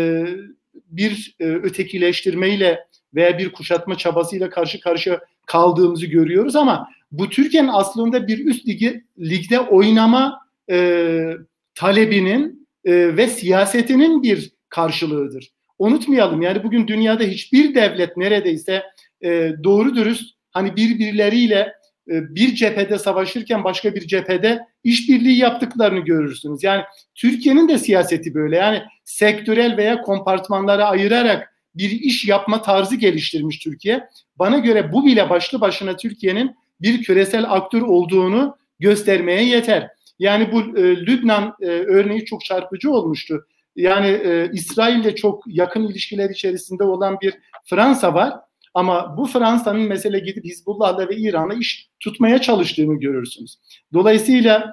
bir ötekileştirmeyle veya bir kuşatma çabasıyla karşı karşıya kaldığımızı görüyoruz, ama bu Türkiye'nin aslında bir üst ligde oynama talebinin ve siyasetinin bir karşılığıdır. Unutmayalım, yani bugün dünyada hiçbir devlet neredeyse doğru dürüst hani birbirleriyle bir cephede savaşırken başka bir cephede işbirliği yaptıklarını görürsünüz. Yani Türkiye'nin de siyaseti böyle. Yani sektörel veya kompartmanlara ayırarak bir iş yapma tarzı geliştirmiş Türkiye. Bana göre bu bile başlı başına Türkiye'nin bir küresel aktör olduğunu göstermeye yeter. Yani bu Lübnan örneği çok çarpıcı olmuştu. Yani İsrail'le çok yakın ilişkiler içerisinde olan bir Fransa var. Ama bu Fransa'nın mesela gidip Hizbullah'la ve İran'la iş tutmaya çalıştığını görürsünüz. Dolayısıyla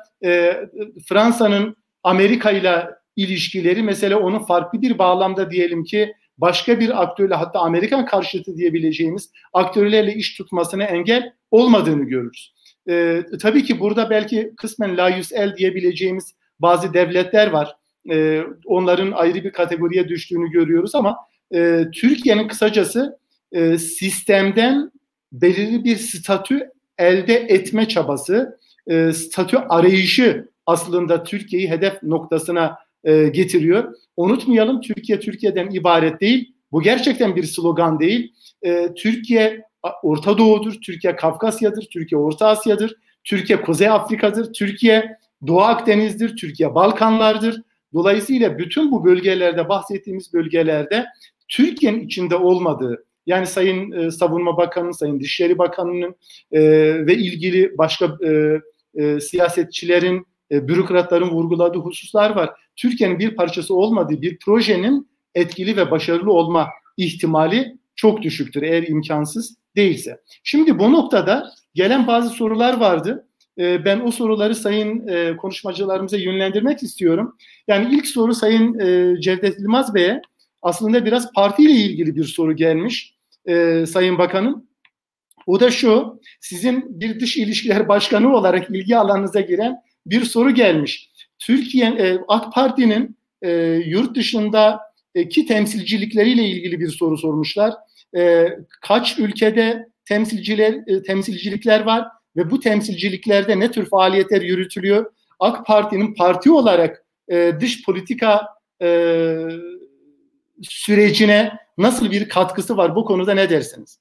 Fransa'nın Amerika'yla ilişkileri mesela onun farklı bir bağlamda diyelim ki başka bir aktörle, hatta Amerikan karşıtı diyebileceğimiz aktörlerle iş tutmasına engel olmadığını görürüz. Tabii ki burada belki kısmen layus el diyebileceğimiz bazı devletler var. Onların ayrı bir kategoriye düştüğünü görüyoruz, ama Türkiye'nin kısacası sistemden belirli bir statü elde etme çabası, statü arayışı aslında Türkiye'yi hedef noktasına getiriyor. Unutmayalım, Türkiye Türkiye'den ibaret değil. Bu gerçekten bir slogan değil. Türkiye Orta Doğu'dur, Türkiye Kafkasya'dır, Türkiye Orta Asya'dır, Türkiye Kuzey Afrika'dır, Türkiye Doğu Akdeniz'dir, Türkiye Balkanlardır. Dolayısıyla bütün bu bölgelerde, bahsettiğimiz bölgelerde Türkiye'nin içinde olmadığı, yani Sayın Savunma Bakanı, Sayın Dışişleri Bakanı'nın ve ilgili başka siyasetçilerin, bürokratların vurguladığı hususlar var. Türkiye'nin bir parçası olmadığı bir projenin etkili ve başarılı olma ihtimali çok düşüktür, eğer imkansız değilse. Şimdi bu noktada gelen bazı sorular vardı. Ben o soruları sayın konuşmacılarımıza yönlendirmek istiyorum. Yani ilk soru Sayın Cevdet Yılmaz Bey'e aslında biraz partiyle ilgili bir soru gelmiş Sayın Bakanım. O da şu: sizin bir dış ilişkiler başkanı olarak ilgi alanınıza giren bir soru gelmiş. Türkiye AK Parti'nin yurt dışındaki temsilcilikleriyle ilgili bir soru sormuşlar. Kaç ülkede temsilcilikler var ve bu temsilciliklerde ne tür faaliyetler yürütülüyor? AK Parti'nin parti olarak dış politika sürecine nasıl bir katkısı var? Bu konuda ne dersiniz?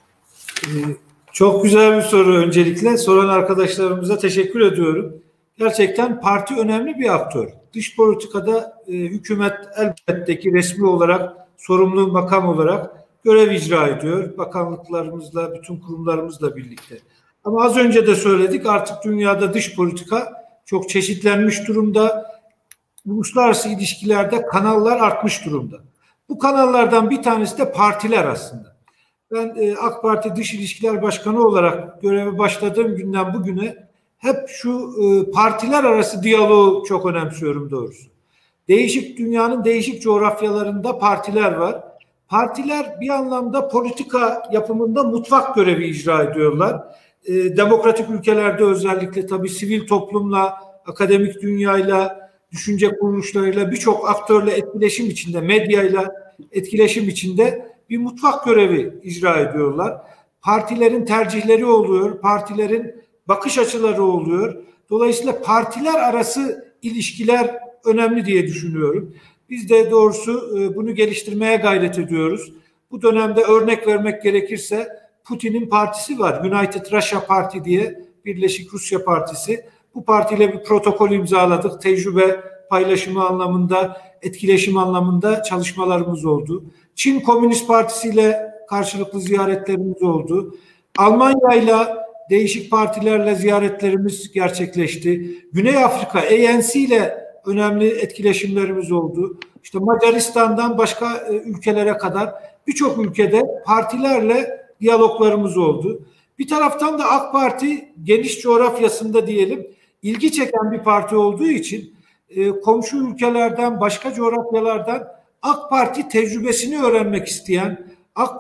Çok güzel bir soru öncelikle. Soran arkadaşlarımıza teşekkür ediyorum. Gerçekten parti önemli bir aktör. Dış politikada hükümet elbette ki resmi olarak, sorumlu makam olarak görev icra ediyor. Bakanlıklarımızla, bütün kurumlarımızla birlikte. Ama az önce de söyledik, artık dünyada dış politika çok çeşitlenmiş durumda. Uluslararası ilişkilerde kanallar artmış durumda. Bu kanallardan bir tanesi de partiler aslında. Ben AK Parti Dış İlişkiler Başkanı olarak göreve başladığım günden bugüne hep şu partiler arası diyaloğu çok önemsiyorum doğrusu. Dünyanın değişik coğrafyalarında partiler var. Partiler bir anlamda politika yapımında mutfak görevi icra ediyorlar. Demokratik ülkelerde özellikle tabii sivil toplumla, akademik dünyayla, düşünce kuruluşlarıyla, birçok aktörle etkileşim içinde, medyayla etkileşim içinde bir mutfak görevi icra ediyorlar. Partilerin tercihleri oluyor, partilerin bakış açıları oluyor. Dolayısıyla partiler arası ilişkiler önemli diye düşünüyorum. Biz de doğrusu bunu geliştirmeye gayret ediyoruz. Bu dönemde örnek vermek gerekirse Putin'in partisi var. United Russia Party diye, Birleşik Rusya Partisi. Bu partiyle bir protokol imzaladık. Tecrübe paylaşımı anlamında, etkileşim anlamında çalışmalarımız oldu. Çin Komünist Partisi ile karşılıklı ziyaretlerimiz oldu. Almanya ile değişik partilerle ziyaretlerimiz gerçekleşti. Güney Afrika, ANC ile önemli etkileşimlerimiz oldu. İşte Macaristan'dan başka ülkelere kadar birçok ülkede partilerle diyaloglarımız oldu. Bir taraftan da AK Parti geniş coğrafyasında diyelim ilgi çeken bir parti olduğu için komşu ülkelerden, başka coğrafyalardan AK Parti tecrübesini öğrenmek isteyen, AK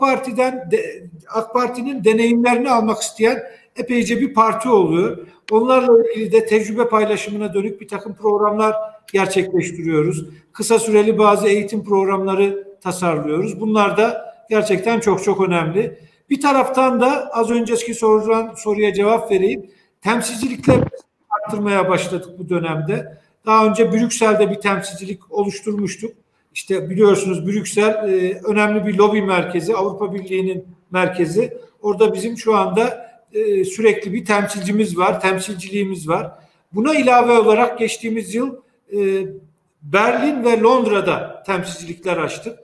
Parti'nin deneyimlerini almak isteyen epeyce bir parti oluyor. Onlarla ilgili de tecrübe paylaşımına dönük bir takım programlar gerçekleştiriyoruz. Kısa süreli bazı eğitim programları tasarlıyoruz. Bunlar da gerçekten çok çok önemli. Bir taraftan da az önceki soruya cevap vereyim. Temsilcilikleri arttırmaya başladık bu dönemde. Daha önce Brüksel'de bir temsilcilik oluşturmuştuk. İşte biliyorsunuz Brüksel önemli bir lobi merkezi, Avrupa Birliği'nin merkezi. Orada bizim şu anda sürekli bir temsilcimiz var, temsilciliğimiz var. Buna ilave olarak geçtiğimiz yıl Berlin ve Londra'da temsilcilikler açtık.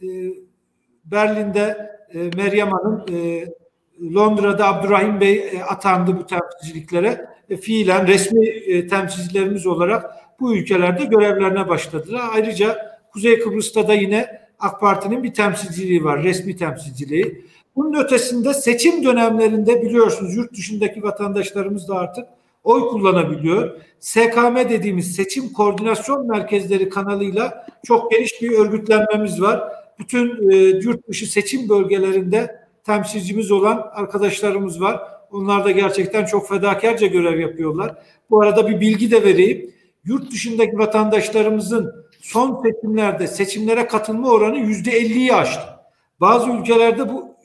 Berlin'de Meryem Hanım, Londra'da Abdurrahim Bey atandı bu temsilciliklere. Fiilen resmi temsilcilerimiz olarak bu ülkelerde görevlerine başladılar. Ayrıca Kuzey Kıbrıs'ta da yine AK Parti'nin bir temsilciliği var, resmi temsilciliği. Bunun ötesinde seçim dönemlerinde biliyorsunuz yurt dışındaki vatandaşlarımız da artık oy kullanabiliyor. SKM dediğimiz Seçim Koordinasyon Merkezleri kanalıyla çok geniş bir örgütlenmemiz var. Bütün yurt dışı seçim bölgelerinde temsilcimiz olan arkadaşlarımız var. Onlar da gerçekten çok fedakarca görev yapıyorlar. Bu arada bir bilgi de vereyim. Yurt dışındaki vatandaşlarımızın son seçimlerde seçimlere katılma oranı %50'yi aştı. Bazı ülkelerde bu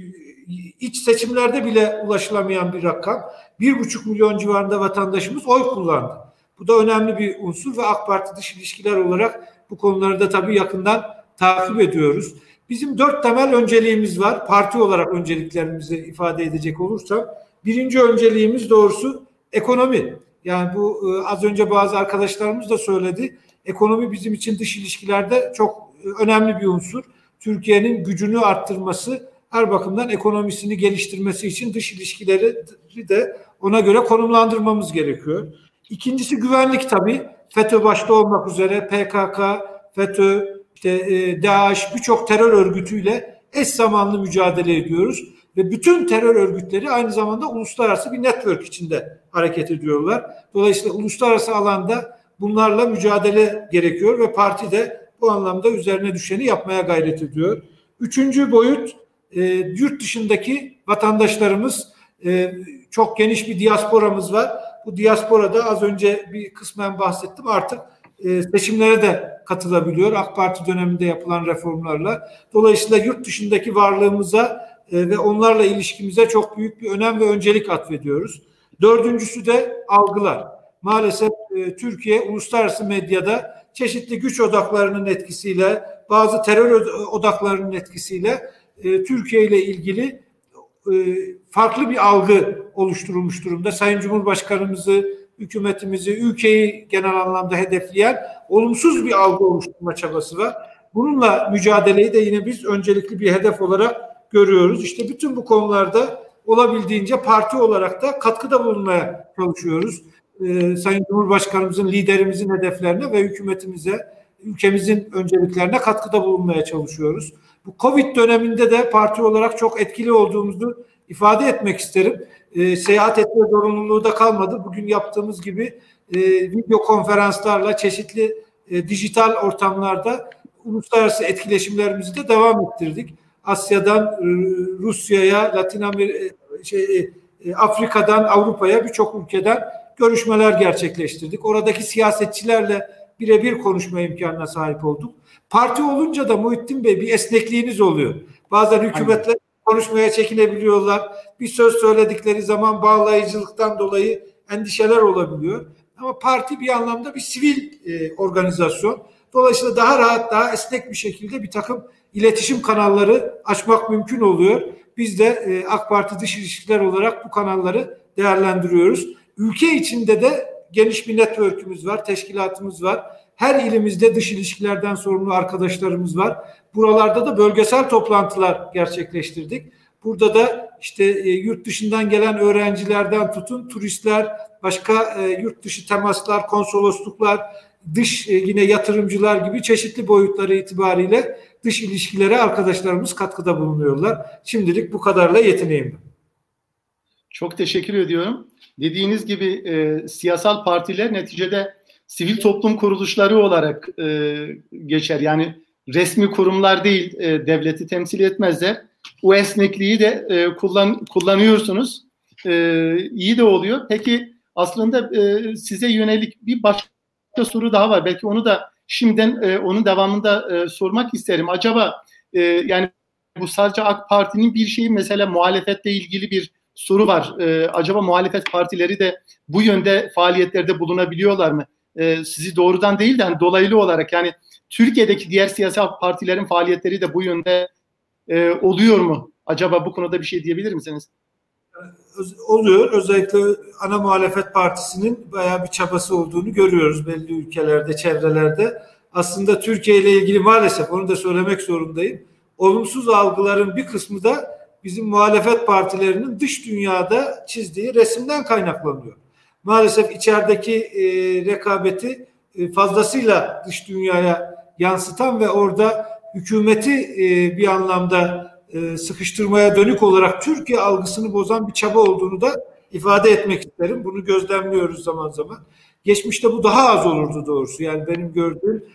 iç seçimlerde bile ulaşılamayan bir rakam. 1,5 milyon civarında vatandaşımız oy kullandı. Bu da önemli bir unsur ve AK Parti dış ilişkiler olarak bu konuları da tabii yakından takip ediyoruz. Bizim 4 temel önceliğimiz var. Parti olarak önceliklerimizi ifade edecek olursam. Birinci önceliğimiz doğrusu ekonomi. Yani bu az önce bazı arkadaşlarımız da söyledi. Ekonomi bizim için dış ilişkilerde çok önemli bir unsur. Türkiye'nin gücünü arttırması, her bakımdan ekonomisini geliştirmesi için dış ilişkileri de ona göre konumlandırmamız gerekiyor. İkincisi güvenlik tabii. FETÖ başta olmak üzere PKK, FETÖ, DAEŞ birçok terör örgütüyle eş zamanlı mücadele ediyoruz. Ve bütün terör örgütleri aynı zamanda uluslararası bir network içinde hareket ediyorlar. Dolayısıyla uluslararası alanda bunlarla mücadele gerekiyor ve parti de bu anlamda üzerine düşeni yapmaya gayret ediyor. Üçüncü boyut yurt dışındaki vatandaşlarımız, çok geniş bir diasporamız var. Bu diasporada az önce bir kısmen bahsettim, artık seçimlere de katılabiliyor AK Parti döneminde yapılan reformlarla. Dolayısıyla yurt dışındaki varlığımıza ve onlarla ilişkimize çok büyük bir önem ve öncelik atfediyoruz. Dördüncüsü de algılar. Maalesef Türkiye uluslararası medyada çeşitli güç odaklarının etkisiyle, bazı terör odaklarının etkisiyle Türkiye ile ilgili farklı bir algı oluşturulmuş durumda. Sayın Cumhurbaşkanımızı, hükümetimizi, ülkeyi genel anlamda hedefleyen olumsuz bir algı oluşturma çabası var. Bununla mücadeleyi de yine biz öncelikli bir hedef olarak görüyoruz. İşte bütün bu konularda olabildiğince parti olarak da katkıda bulunmaya çalışıyoruz. Sayın Cumhurbaşkanımızın, liderimizin hedeflerine ve hükümetimize, ülkemizin önceliklerine katkıda bulunmaya çalışıyoruz. Bu Covid döneminde de parti olarak çok etkili olduğumuzu ifade etmek isterim. Seyahat etme zorunluluğu da kalmadı. Bugün yaptığımız gibi video konferanslarla çeşitli dijital ortamlarda uluslararası etkileşimlerimizi de devam ettirdik. Asya'dan Rusya'ya, Afrika'dan Avrupa'ya birçok ülkeden görüşmeler gerçekleştirdik. Oradaki siyasetçilerle birebir konuşma imkanına sahip olduk. Parti olunca da Muhittin Bey bir esnekliğiniz oluyor. Bazen hükümetle konuşmaya çekinebiliyorlar. Bir söz söyledikleri zaman bağlayıcılıktan dolayı endişeler olabiliyor. Ama parti bir anlamda bir sivil organizasyon. Dolayısıyla daha rahat, daha esnek bir şekilde bir takım iletişim kanalları açmak mümkün oluyor. Biz de AK Parti Dış İlişkiler olarak bu kanalları değerlendiriyoruz. Ülke içinde de geniş bir network'ümüz var, teşkilatımız var. Her ilimizde dış ilişkilerden sorumlu arkadaşlarımız var. Buralarda da bölgesel toplantılar gerçekleştirdik. Burada da işte yurt dışından gelen öğrencilerden tutun, turistler, başka yurt dışı temaslar, konsolosluklar, dış yine yatırımcılar gibi çeşitli boyutları itibariyle dış ilişkilere arkadaşlarımız katkıda bulunuyorlar. Şimdilik bu kadarla yetineyim ben. Çok teşekkür ediyorum. Dediğiniz gibi siyasal partiler neticede sivil toplum kuruluşları olarak geçer. Yani resmi kurumlar değil, devleti temsil etmezler. O esnekliği de kullanıyorsunuz. İyi de oluyor. Peki aslında size yönelik bir başka soru daha var. Belki onu da şimdiden onun devamında sormak isterim. Acaba yani bu sadece AK Parti'nin bir şeyi, mesela muhalefetle ilgili bir soru var. Acaba muhalefet partileri de bu yönde faaliyetlerde bulunabiliyorlar mı? Sizi doğrudan değil de hani dolaylı olarak, yani Türkiye'deki diğer siyasal partilerin faaliyetleri de bu yönde oluyor mu? Acaba bu konuda bir şey diyebilir misiniz? Oluyor. Özellikle ana muhalefet partisinin bayağı bir çabası olduğunu görüyoruz belli ülkelerde, çevrelerde. Aslında Türkiye ile ilgili maalesef, onu da söylemek zorundayım, olumsuz algıların bir kısmı da bizim muhalefet partilerinin dış dünyada çizdiği resimden kaynaklanıyor. Maalesef içerideki rekabeti fazlasıyla dış dünyaya yansıtan ve orada hükümeti bir anlamda sıkıştırmaya dönük olarak Türkiye algısını bozan bir çaba olduğunu da ifade etmek isterim. Bunu gözlemliyoruz zaman zaman. Geçmişte bu daha az olurdu doğrusu. Yani benim gördüğüm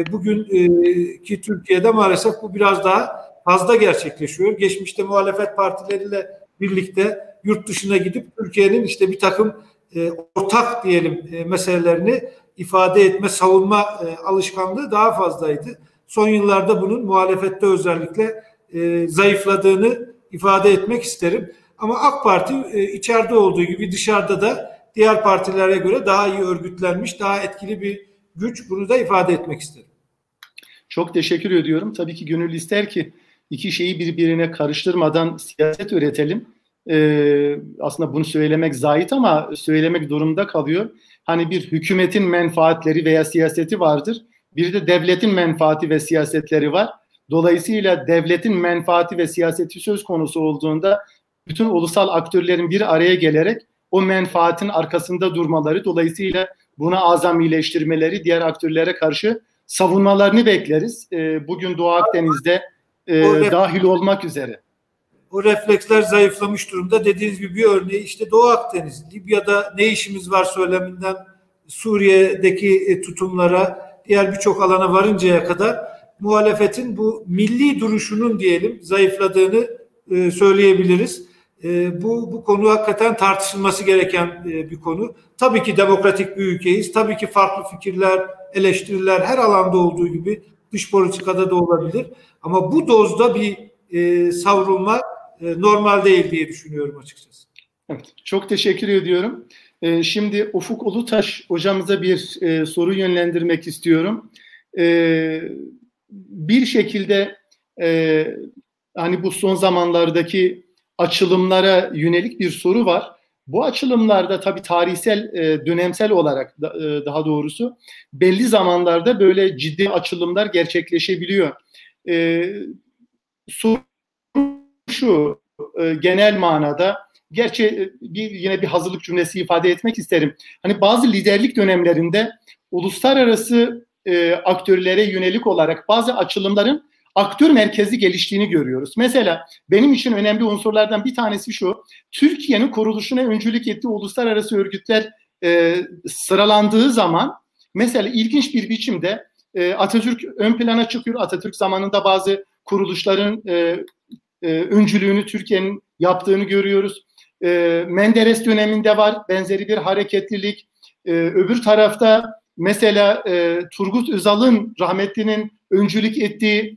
bugünkü Türkiye'de maalesef bu biraz daha fazla gerçekleşiyor. Geçmişte muhalefet partileriyle birlikte yurt dışına gidip Türkiye'nin işte bir takım ortak diyelim meselelerini ifade etme, savunma alışkanlığı daha fazlaydı. Son yıllarda bunun muhalefette özellikle zayıfladığını ifade etmek isterim. Ama AK Parti içeride olduğu gibi dışarıda da diğer partilere göre daha iyi örgütlenmiş, daha etkili bir güç. Bunu da ifade etmek isterim. Çok teşekkür ediyorum. Tabii ki gönül ister ki iki şeyi birbirine karıştırmadan siyaset üretelim. Aslında bunu söylemek zahit ama söylemek durumunda kalıyor. Hani bir hükümetin menfaatleri veya siyaseti vardır. Bir de devletin menfaati ve siyasetleri var. Dolayısıyla devletin menfaati ve siyaseti söz konusu olduğunda bütün ulusal aktörlerin bir araya gelerek o menfaatin arkasında durmaları, dolayısıyla buna azamileştirmeleri, diğer aktörlere karşı savunmalarını bekleriz. Bugün Doğu Akdeniz'de dahil olmak üzere. O refleksler zayıflamış durumda. Dediğiniz gibi bir örneği işte Doğu Akdeniz, Libya'da ne işimiz var söyleminden Suriye'deki tutumlara, diğer birçok alana varıncaya kadar muhalefetin bu milli duruşunun diyelim zayıfladığını söyleyebiliriz. Bu konu hakikaten tartışılması gereken bir konu. Tabii ki demokratik bir ülkeyiz. Tabii ki farklı fikirler, eleştiriler her alanda olduğu gibi dış politikada da olabilir. Ama bu dozda bir savrulma normal değil diye düşünüyorum açıkçası. Evet, çok teşekkür ediyorum. Şimdi Ufuk Ulutaş hocamıza bir soru yönlendirmek istiyorum. Bir şekilde hani bu son zamanlardaki açılımlara yönelik bir soru var. Bu açılımlarda tabii tarihsel, dönemsel olarak daha doğrusu belli zamanlarda böyle ciddi açılımlar gerçekleşebiliyor. Soru şu, genel manada, gerçi yine bir hazırlık cümlesi ifade etmek isterim. Hani bazı liderlik dönemlerinde uluslararası aktörlere yönelik olarak bazı açılımların aktör merkezi geliştiğini görüyoruz. Mesela benim için önemli unsurlardan bir tanesi şu: Türkiye'nin kuruluşuna öncülük ettiği uluslararası örgütler sıralandığı zaman mesela ilginç bir biçimde Atatürk ön plana çıkıyor. Atatürk zamanında bazı kuruluşların öncülüğünü Türkiye'nin yaptığını görüyoruz. Menderes döneminde var benzeri bir hareketlilik. Öbür tarafta mesela Turgut Özal'ın, rahmetlinin öncülük ettiği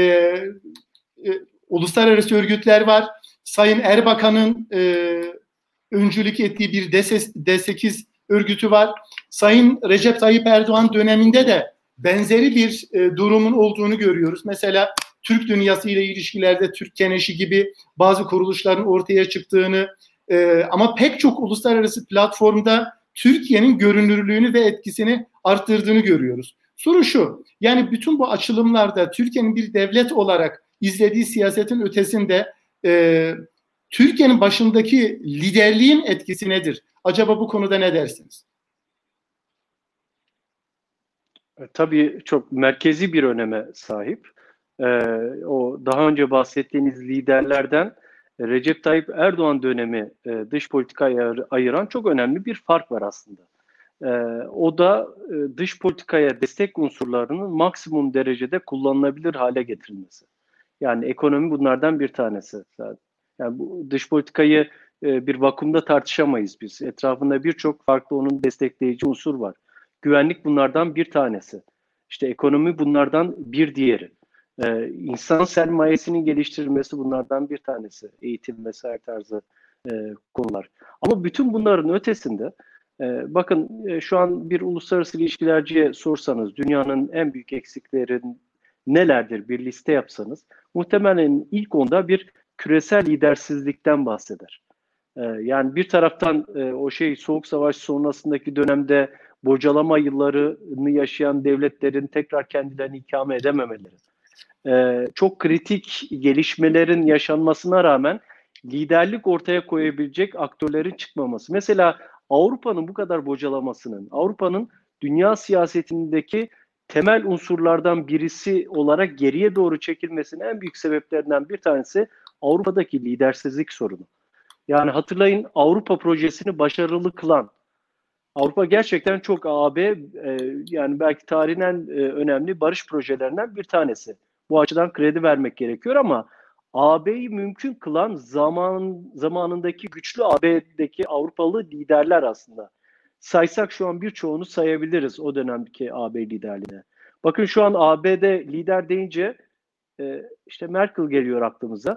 uluslararası örgütler var. Sayın Erbakan'ın öncülük ettiği bir D8 örgütü var. Sayın Recep Tayyip Erdoğan döneminde de benzeri bir durumun olduğunu görüyoruz. Mesela Türk dünyası ile ilişkilerde Türk Keneşi gibi bazı kuruluşların ortaya çıktığını, ama pek çok uluslararası platformda Türkiye'nin görünürlüğünü ve etkisini arttırdığını görüyoruz. Soru şu: yani bütün bu açılımlarda Türkiye'nin bir devlet olarak izlediği siyasetin ötesinde Türkiye'nin başındaki liderliğin etkisi nedir? Acaba bu konuda ne dersiniz? Tabii çok merkezi bir öneme sahip. O daha önce bahsettiğiniz liderlerden Recep Tayyip Erdoğan dönemi dış politikayı ayıran çok önemli bir fark var aslında. O da dış politikaya destek unsurlarının maksimum derecede kullanılabilir hale getirilmesi. Yani ekonomi bunlardan bir tanesi. Yani bu dış politikayı bir vakumda tartışamayız biz. Etrafında birçok farklı onun destekleyici unsur var. Güvenlik bunlardan bir tanesi. İşte ekonomi bunlardan bir diğeri. İnsan sermayesinin geliştirilmesi bunlardan bir tanesi. Eğitim vesaire tarzı konular. Ama bütün bunların ötesinde bakın şu an bir uluslararası ilişkilerciye sorsanız dünyanın en büyük eksiklerin nelerdir bir liste yapsanız muhtemelen ilk onda bir küresel lidersizlikten bahseder. Yani bir taraftan o Soğuk Savaş sonrasındaki dönemde bocalama yıllarını yaşayan devletlerin tekrar kendilerini ikame edememeleri, çok kritik gelişmelerin yaşanmasına rağmen liderlik ortaya koyabilecek aktörlerin çıkmaması. Mesela Avrupa'nın bu kadar bocalamasının, Avrupa'nın dünya siyasetindeki temel unsurlardan birisi olarak geriye doğru çekilmesinin en büyük sebeplerinden bir tanesi Avrupa'daki lidersizlik sorunu. Yani hatırlayın, Avrupa projesini başarılı kılan, Avrupa gerçekten çok AB, yani belki tarihin en önemli barış projelerinden bir tanesi. Bu açıdan kredi vermek gerekiyor ama AB'yi mümkün kılan zamanındaki güçlü AB'deki Avrupalı liderler aslında. Saysak şu an birçoğunu sayabiliriz o dönemdeki AB liderliğine. Bakın şu an AB'de lider deyince işte Merkel geliyor aklımıza.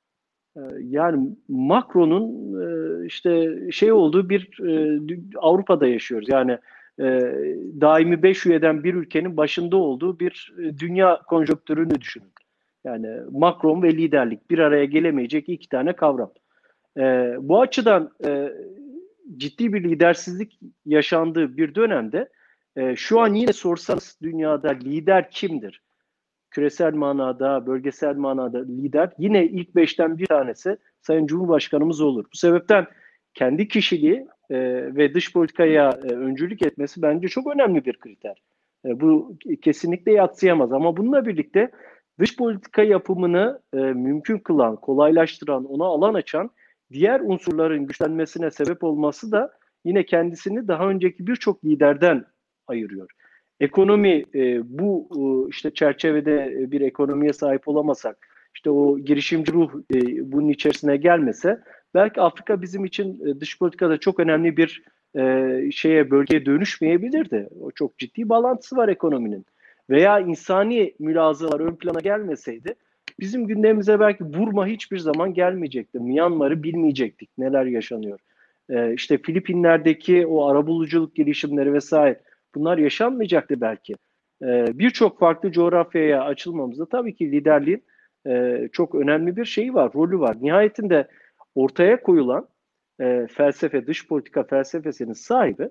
Yani Macron'un işte olduğu bir Avrupa'da yaşıyoruz. Yani daimi 5 üyeden bir ülkenin başında olduğu bir dünya konjonktürünü düşünün. Yani Macron ve liderlik bir araya gelemeyecek iki tane kavram. Bu açıdan ciddi bir lidersizlik yaşandığı bir dönemde şu an yine sorsanız dünyada lider kimdir? Küresel manada, bölgesel manada lider yine ilk 5'ten bir tanesi Sayın Cumhurbaşkanımız olur. Bu sebepten kendi kişiliği ve dış politikaya öncülük etmesi bence çok önemli bir kriter. Bu kesinlikle yadsıyamaz ama bununla birlikte dış politika yapımını mümkün kılan, kolaylaştıran, ona alan açan diğer unsurların güçlenmesine sebep olması da yine kendisini daha önceki birçok liderden ayırıyor. Ekonomi bu işte çerçevede bir ekonomiye sahip olamasak, işte o girişimci ruh bunun içerisine gelmese belki Afrika bizim için dış politikada çok önemli bir bölgeye dönüşmeyebilirdi. O çok ciddi bağlantısı var ekonominin. Veya insani mülazalar ön plana gelmeseydi bizim gündemimize belki Burma hiçbir zaman gelmeyecekti. Myanmar'ı bilmeyecektik. Neler yaşanıyor. İşte Filipinler'deki o arabuluculuk girişimleri vesaire, bunlar yaşanmayacaktı belki. Birçok farklı coğrafyaya açılmamızda tabii ki liderliğin çok önemli bir şeyi var, rolü var. Nihayetinde ortaya koyulan felsefe, dış politika felsefesinin sahibi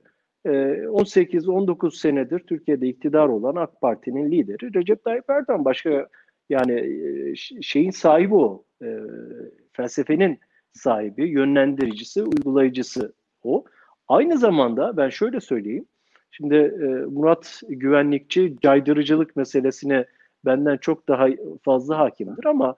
18-19 senedir Türkiye'de iktidar olan AK Parti'nin lideri Recep Tayyip Erdoğan. Başka yani şeyin sahibi o. Felsefenin sahibi, yönlendiricisi, uygulayıcısı o. Aynı zamanda ben şöyle söyleyeyim. Şimdi Murat güvenlikçi caydırıcılık meselesine benden çok daha fazla hakimdir ama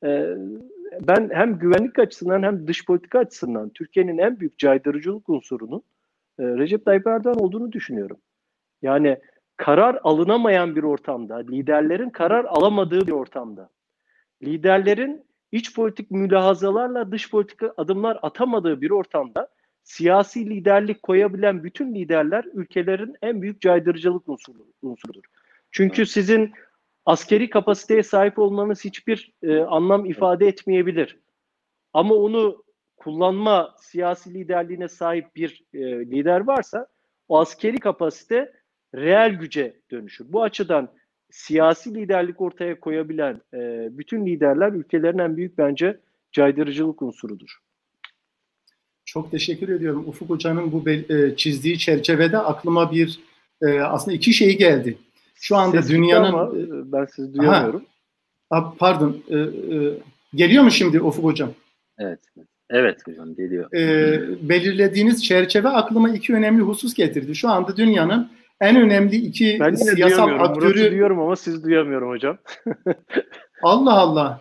ben hem güvenlik açısından hem dış politika açısından Türkiye'nin en büyük caydırıcılık unsurunun Recep Tayyip Erdoğan olduğunu düşünüyorum. Yani karar alınamayan bir ortamda, liderlerin karar alamadığı bir ortamda, liderlerin iç politik mülahazalarla dış politika adımlar atamadığı bir ortamda siyasi liderlik koyabilen bütün liderler ülkelerin en büyük caydırıcılık unsurudur. Çünkü sizin askeri kapasiteye sahip olmanız hiçbir anlam ifade etmeyebilir. Ama onu kullanma siyasi liderliğine sahip bir lider varsa o askeri kapasite reel güce dönüşür. Bu açıdan siyasi liderlik ortaya koyabilen bütün liderler ülkelerin en büyük bence caydırıcılık unsurudur. Çok teşekkür ediyorum. Ufuk Hoca'nın bu çizdiği çerçevede aklıma aslında iki şey geldi. Şu anda Ses dünyanın... ama ben sizi duyamıyorum. Pardon. Geliyor mu şimdi Ufuk Hocam? Evet. Evet hocam geliyor. Belirlediğiniz çerçeve aklıma iki önemli husus getirdi. Şu anda dünyanın en önemli iki ben yine siyasal aktörü... Murat'ı duyuyorum ama sizi duyamıyorum hocam. Allah Allah.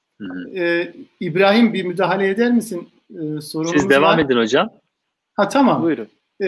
İbrahim bir müdahale eder misin? Sorunumuz Siz devam var. edin hocam. Tamam. Buyurun.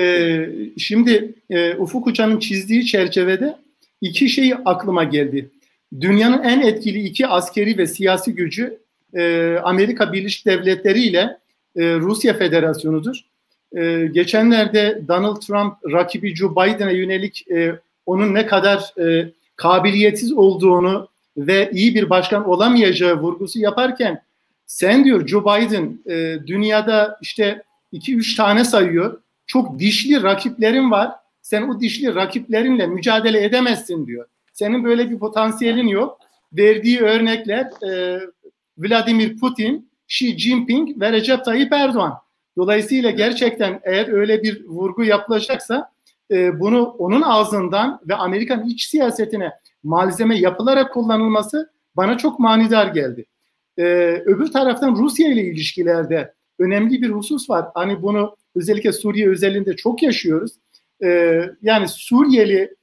Şimdi Ufuk Hoca'nın çizdiği çerçevede iki şey aklıma geldi. Dünyanın en etkili iki askeri ve siyasi gücü Amerika Birleşik Devletleri ile Rusya Federasyonu'dur. Geçenlerde Donald Trump rakibi Joe Biden'a yönelik onun ne kadar kabiliyetsiz olduğunu ve iyi bir başkan olamayacağı vurgusu yaparken sen diyor Joe Biden dünyada işte 2-3 tane sayıyor. Çok dişli rakiplerin var. Sen o dişli rakiplerinle mücadele edemezsin diyor. Senin böyle bir potansiyelin yok. Verdiği örnekler Vladimir Putin, Xi Jinping ve Recep Tayyip Erdoğan. Dolayısıyla gerçekten eğer öyle bir vurgu yapılacaksa bunu onun ağzından ve Amerikan iç siyasetine malzeme yapılarak kullanılması bana çok manidar geldi. Öbür taraftan Rusya ile ilişkilerde önemli bir husus var. Hani bunu özellikle Suriye özelinde çok yaşıyoruz. Yani Suriyeli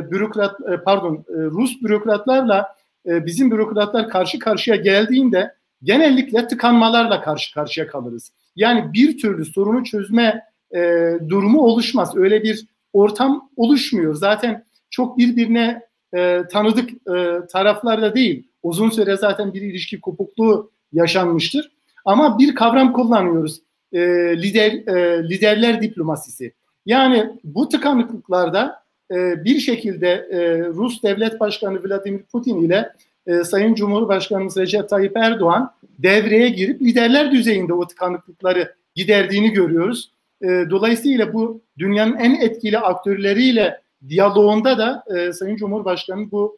Rus bürokratlarla bizim bürokratlar karşı karşıya geldiğinde genellikle tıkanmalarla karşı karşıya kalırız. Yani bir türlü sorunu çözme durumu oluşmaz. Öyle bir ortam oluşmuyor. Zaten çok birbirine tanıdık taraflarda değil. Uzun süre zaten bir ilişki kopukluğu yaşanmıştır. Ama bir kavram kullanıyoruz. Liderler diplomasisi. Yani bu tıkanıklıklarda bir şekilde Rus Devlet Başkanı Vladimir Putin ile Sayın Cumhurbaşkanımız Recep Tayyip Erdoğan devreye girip liderler düzeyinde o tıkanıklıkları giderdiğini görüyoruz. Dolayısıyla bu dünyanın en etkili aktörleriyle diyaloğunda da Sayın Cumhurbaşkanı bu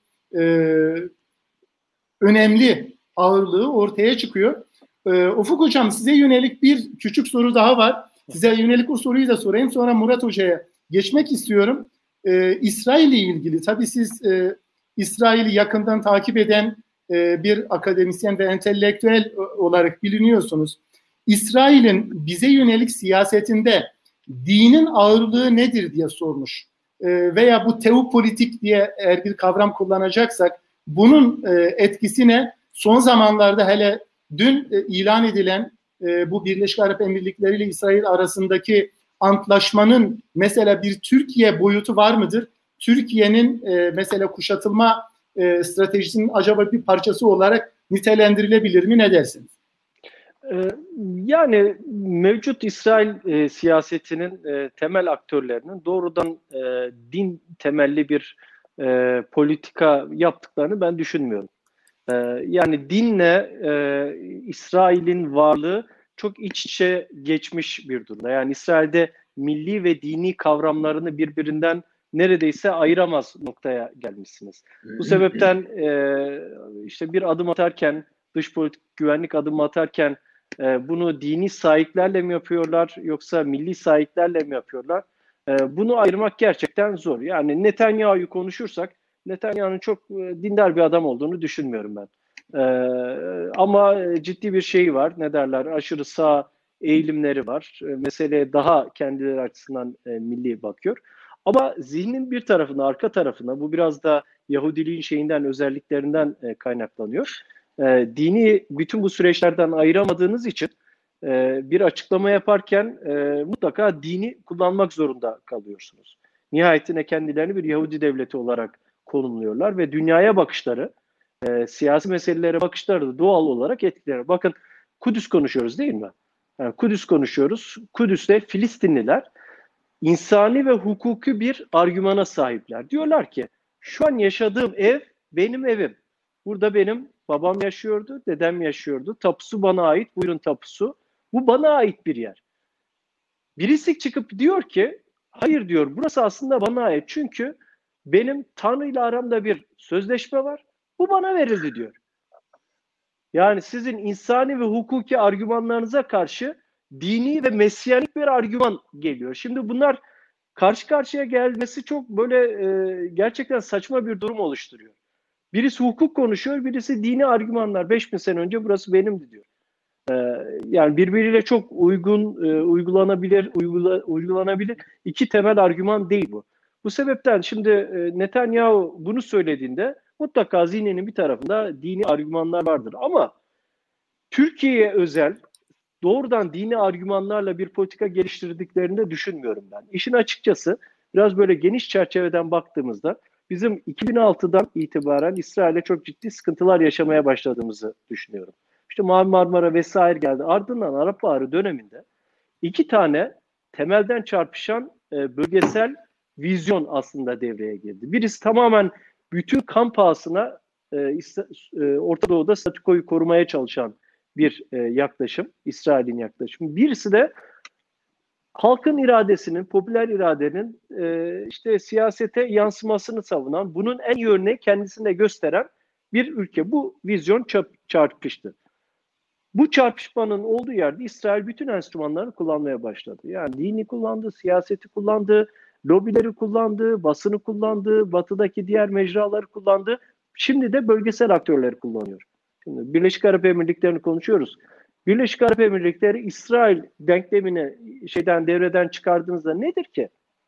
önemli ağırlığı ortaya çıkıyor. Ufuk Hocam size yönelik bir küçük soru daha var. Size yönelik o soruyu da sorayım. Sonra Murat Hoca'ya geçmek istiyorum. İsrail ile ilgili tabii siz İsrail'i yakından takip eden bir akademisyen ve entelektüel olarak biliniyorsunuz. İsrail'in bize yönelik siyasetinde dinin ağırlığı nedir diye sormuş. Veya bu teopolitik diye eğer bir kavram kullanacaksak bunun etkisine son zamanlarda hele dün ilan edilen bu Birleşik Arap Emirlikleri ile İsrail arasındaki antlaşmanın mesela bir Türkiye boyutu var mıdır? Türkiye'nin mesela kuşatılma stratejisinin acaba bir parçası olarak nitelendirilebilir mi? Ne dersiniz? Yani mevcut İsrail siyasetinin temel aktörlerinin doğrudan din temelli bir politika yaptıklarını ben düşünmüyorum. Yani dinle İsrail'in varlığı çok iç içe geçmiş bir durumda. Yani İsrail'de milli ve dini kavramlarını birbirinden neredeyse ayıramaz noktaya gelmişsiniz. Bu sebepten işte bir adım atarken, dış politik güvenlik adımı atarken bunu dini sahiplerle mi yapıyorlar yoksa milli sahiplerle mi yapıyorlar? Bunu ayırmak gerçekten zor. Yani Netanyahu'yu konuşursak, Netanyahu'nun çok dindar bir adam olduğunu düşünmüyorum ben. Ama ciddi bir şey var. Ne derler? Aşırı sağ eğilimleri var. Meseleye daha kendileri açısından milli bakıyor. Ama zihnin bir tarafına, arka tarafına, bu biraz da Yahudiliğin şeyinden, özelliklerinden kaynaklanıyor. Dini bütün bu süreçlerden ayıramadığınız için bir açıklama yaparken mutlaka dini kullanmak zorunda kalıyorsunuz. Nihayetinde kendilerini bir Yahudi devleti olarak konumluyorlar ve dünyaya bakışları, siyasi meselelere bakışları da doğal olarak etkiler. Bakın Kudüs konuşuyoruz değil mi? Yani Kudüs konuşuyoruz. Kudüs'te Filistinliler insani ve hukuki bir argümana sahipler. Diyorlar ki şu an yaşadığım ev benim evim. Burada benim babam yaşıyordu, dedem yaşıyordu. Tapusu bana ait. Buyurun tapusu. Bu bana ait bir yer. Birisi çıkıp diyor ki hayır diyor, burası aslında bana ait. Çünkü benim Tanrı ile aramda bir sözleşme var. Bu bana verildi diyor. Yani sizin insani ve hukuki argümanlarınıza karşı dini ve mesyanik bir argüman geliyor. Şimdi bunlar karşı karşıya gelmesi çok böyle gerçekten saçma bir durum oluşturuyor. Birisi hukuk konuşuyor, birisi dini argümanlar. 5000 sene önce burası benimdi diyor. Yani birbiriyle çok uygun, uygulanabilir iki temel argüman değil bu. Bu sebepten şimdi Netanyahu bunu söylediğinde mutlaka zihninin bir tarafında dini argümanlar vardır. Ama Türkiye'ye özel doğrudan dini argümanlarla bir politika geliştirdiklerini de düşünmüyorum ben. İşin açıkçası biraz böyle geniş çerçeveden baktığımızda bizim 2006'dan itibaren İsrail'e çok ciddi sıkıntılar yaşamaya başladığımızı düşünüyorum. İşte Mavi Marmara vesaire geldi. Ardından Arap Baharı döneminde iki tane temelden çarpışan bölgesel vizyon aslında devreye girdi. Birisi tamamen bütün kan pahasına Orta Doğu'da statükoyu korumaya çalışan bir yaklaşım, İsrail'in yaklaşımı. Birisi de halkın iradesinin, popüler iradenin işte siyasete yansımasını savunan, bunun en iyi örneği kendisine gösteren bir ülke. Bu vizyon çarpıştı. Bu çarpışmanın olduğu yerde İsrail bütün enstrümanlarını kullanmaya başladı. Yani dini kullandı, siyaseti kullandı, lobileri kullandı, basını kullandı, batıdaki diğer mecraları kullandı. Şimdi de bölgesel aktörleri kullanıyor. Şimdi Birleşik Arap Emirlikleri'ni konuşuyoruz. Birleşik Arap Emirlikleri İsrail denklemini devreden çıkardığınızda nedir ki?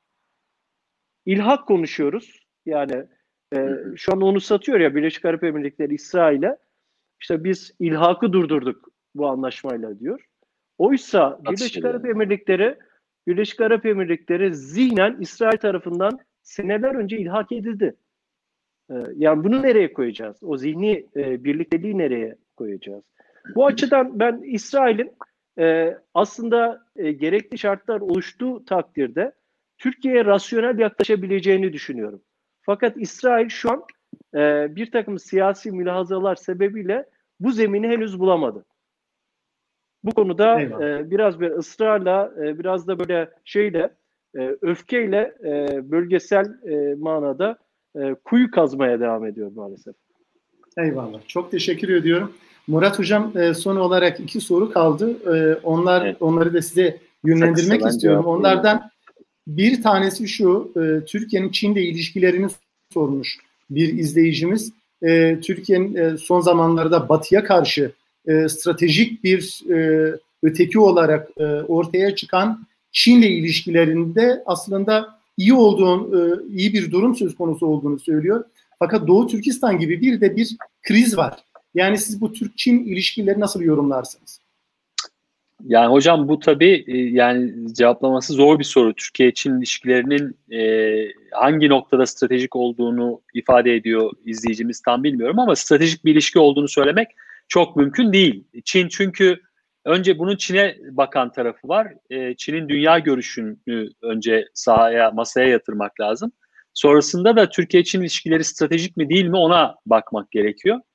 İlhak konuşuyoruz. Yani şu an onu satıyor ya Birleşik Arap Emirlikleri İsrail'e. İşte biz ilhakı durdurduk bu anlaşmayla diyor. Oysa Birleşik Arap Emirlikleri zihnen İsrail tarafından seneler önce ilhak edildi. Yani bunu nereye koyacağız? O zihni birlikteliği nereye koyacağız? Bu açıdan ben İsrail'in aslında gerekli şartlar oluştuğu takdirde Türkiye'ye rasyonel yaklaşabileceğini düşünüyorum. Fakat İsrail şu an bir takım siyasi mülahazalar sebebiyle bu zemini henüz bulamadı. Bu konuda biraz bir ısrarla, biraz da böyle öfkeyle bölgesel manada kuyu kazmaya devam ediyor maalesef. Eyvallah. Çok teşekkür ediyorum. Murat Hocam son olarak 2 soru kaldı. Onları da size yönlendirmek istiyorum. Onlardan bir tanesi şu. Türkiye'nin Çin'le ilişkilerini sormuş bir izleyicimiz. Türkiye'nin son zamanlarda Batı'ya karşı stratejik bir öteki olarak ortaya çıkan Çin'le ilişkilerinde aslında iyi bir durum söz konusu olduğunu söylüyor. Fakat Doğu Türkistan gibi bir kriz var. Yani siz bu Türk-Çin ilişkileri nasıl yorumlarsınız? Yani hocam bu tabii yani cevaplaması zor bir soru. Türkiye-Çin ilişkilerinin hangi noktada stratejik olduğunu ifade ediyor izleyicimiz tam bilmiyorum ama stratejik bir ilişki olduğunu söylemek çok mümkün değil. Çin çünkü önce bunun Çin'e bakan tarafı var. Çin'in dünya görüşünü önce masaya yatırmak lazım. Sonrasında da Türkiye-Çin ilişkileri stratejik mi değil mi ona bakmak gerekiyor.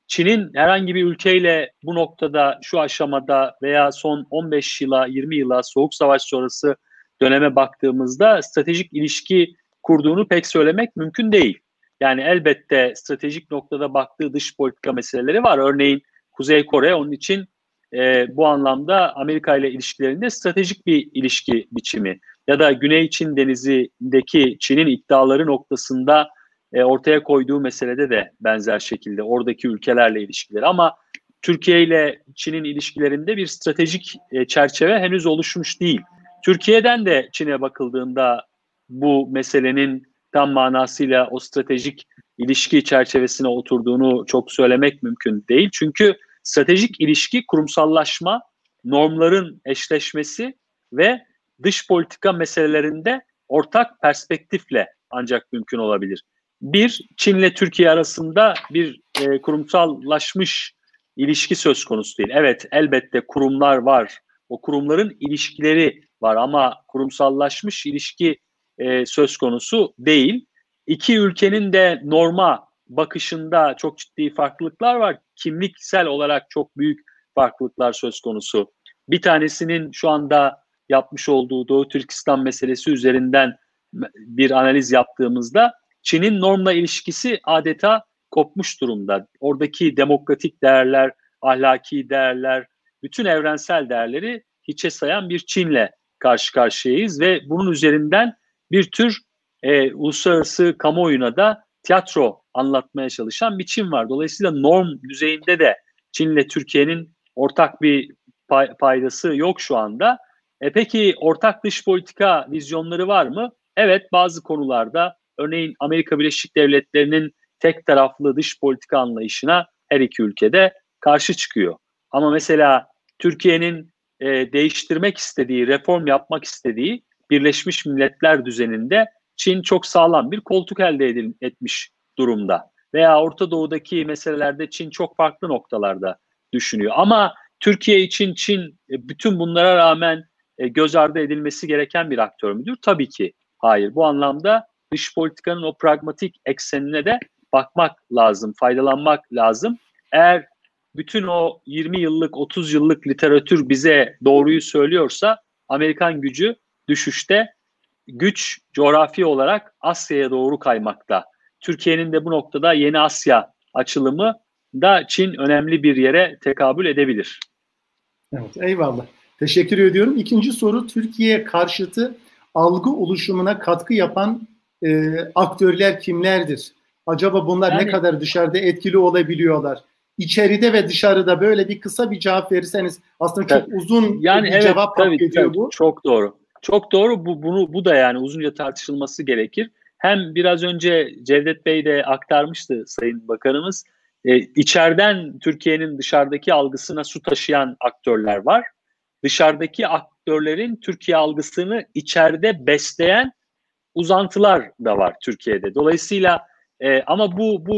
Çin'in herhangi bir ülkeyle bu noktada, şu aşamada veya son 15 yıla, 20 yıla, Soğuk Savaş sonrası döneme baktığımızda stratejik ilişki kurduğunu pek söylemek mümkün değil. Yani elbette stratejik noktada baktığı dış politika meseleleri var. Örneğin Kuzey Kore onun için bu anlamda Amerika ile ilişkilerinde stratejik bir ilişki biçimi. Ya da Güney Çin Denizi'ndeki Çin'in iddiaları noktasında ortaya koyduğu meselede de benzer şekilde oradaki ülkelerle ilişkileri. Ama Türkiye ile Çin'in ilişkilerinde bir stratejik çerçeve henüz oluşmuş değil. Türkiye'den de Çin'e bakıldığında bu meselenin tam manasıyla o stratejik ilişki çerçevesine oturduğunu çok söylemek mümkün değil. Çünkü stratejik ilişki kurumsallaşma, normların eşleşmesi ve dış politika meselelerinde ortak perspektifle ancak mümkün olabilir. Bir, Çin'le Türkiye arasında bir kurumsallaşmış ilişki söz konusu değil. Evet, elbette kurumlar var. O kurumların ilişkileri var ama kurumsallaşmış ilişki söz konusu değil. İki ülkenin de norma bakışında çok ciddi farklılıklar var. Kimliksel olarak çok büyük farklılıklar söz konusu. Bir tanesinin şu anda yapmış olduğu Doğu Türkistan meselesi üzerinden bir analiz yaptığımızda Çin'in normla ilişkisi adeta kopmuş durumda. Oradaki demokratik değerler, ahlaki değerler, bütün evrensel değerleri hiçe sayan bir Çin'le karşı karşıyayız ve bunun üzerinden bir tür uluslararası kamuoyuna da tiyatro anlatmaya çalışan bir Çin var. Dolayısıyla norm düzeyinde de Çin'le Türkiye'nin ortak bir paydası yok şu anda. Peki ortak dış politika vizyonları var mı? Evet, bazı konularda örneğin Amerika Birleşik Devletleri'nin tek taraflı dış politika anlayışına her iki ülkede karşı çıkıyor. Ama mesela Türkiye'nin değiştirmek istediği, reform yapmak istediği Birleşmiş Milletler düzeninde Çin çok sağlam bir koltuk elde etmiş durumda. Veya Orta Doğu'daki meselelerde Çin çok farklı noktalarda düşünüyor. Ama Türkiye için Çin bütün bunlara rağmen göz ardı edilmesi gereken bir aktör müdür? Tabii ki hayır. Bu anlamda dış politikanın o pragmatik eksenine de bakmak lazım, faydalanmak lazım. Eğer bütün o 20 yıllık, 30 yıllık literatür bize doğruyu söylüyorsa Amerikan gücü düşüşte, güç coğrafi olarak Asya'ya doğru kaymakta. Türkiye'nin de bu noktada Yeni Asya açılımı da Çin önemli bir yere tekabül edebilir. Evet, eyvallah. Teşekkür ediyorum. İkinci soru, Türkiye karşıtı algı oluşumuna katkı yapan aktörler kimlerdir? Acaba bunlar ne kadar dışarıda etkili olabiliyorlar? İçeride ve dışarıda böyle bir kısa bir cevap verirseniz, aslında çok uzun bir cevap hak ediyor bu. Çok doğru. Çok doğru. Bu da yani uzunca tartışılması gerekir. Hem biraz önce Cevdet Bey de aktarmıştı Sayın Bakanımız. İçeriden Türkiye'nin dışarıdaki algısına su taşıyan aktörler var. Dışarıdaki aktörlerin Türkiye algısını içeride besleyen uzantılar da var Türkiye'de. Dolayısıyla ama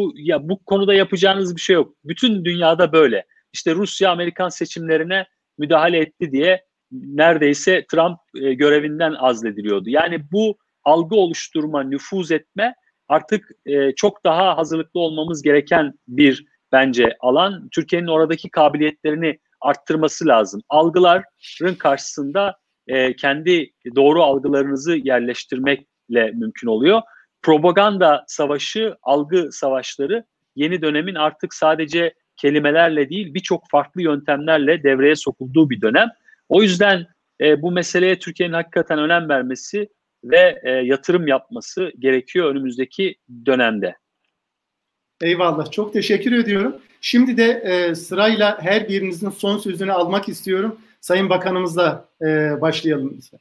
bu konuda yapacağınız bir şey yok. Bütün dünyada böyle. İşte Rusya Amerikan seçimlerine müdahale etti diye neredeyse Trump görevinden azlediliyordu. Yani bu algı oluşturma, nüfuz etme artık çok daha hazırlıklı olmamız gereken bir bence alan. Türkiye'nin oradaki kabiliyetlerini arttırması lazım. Algıların karşısında kendi doğru algılarınızı yerleştirmekle mümkün oluyor. Propaganda savaşı, algı savaşları yeni dönemin artık sadece kelimelerle değil birçok farklı yöntemlerle devreye sokulduğu bir dönem. O yüzden bu meseleye Türkiye'nin hakikaten önem vermesi ve yatırım yapması gerekiyor önümüzdeki dönemde. Eyvallah. Çok teşekkür ediyorum. Şimdi de sırayla her birinizin son sözünü almak istiyorum. Sayın Bakanımızla başlayalım lütfen.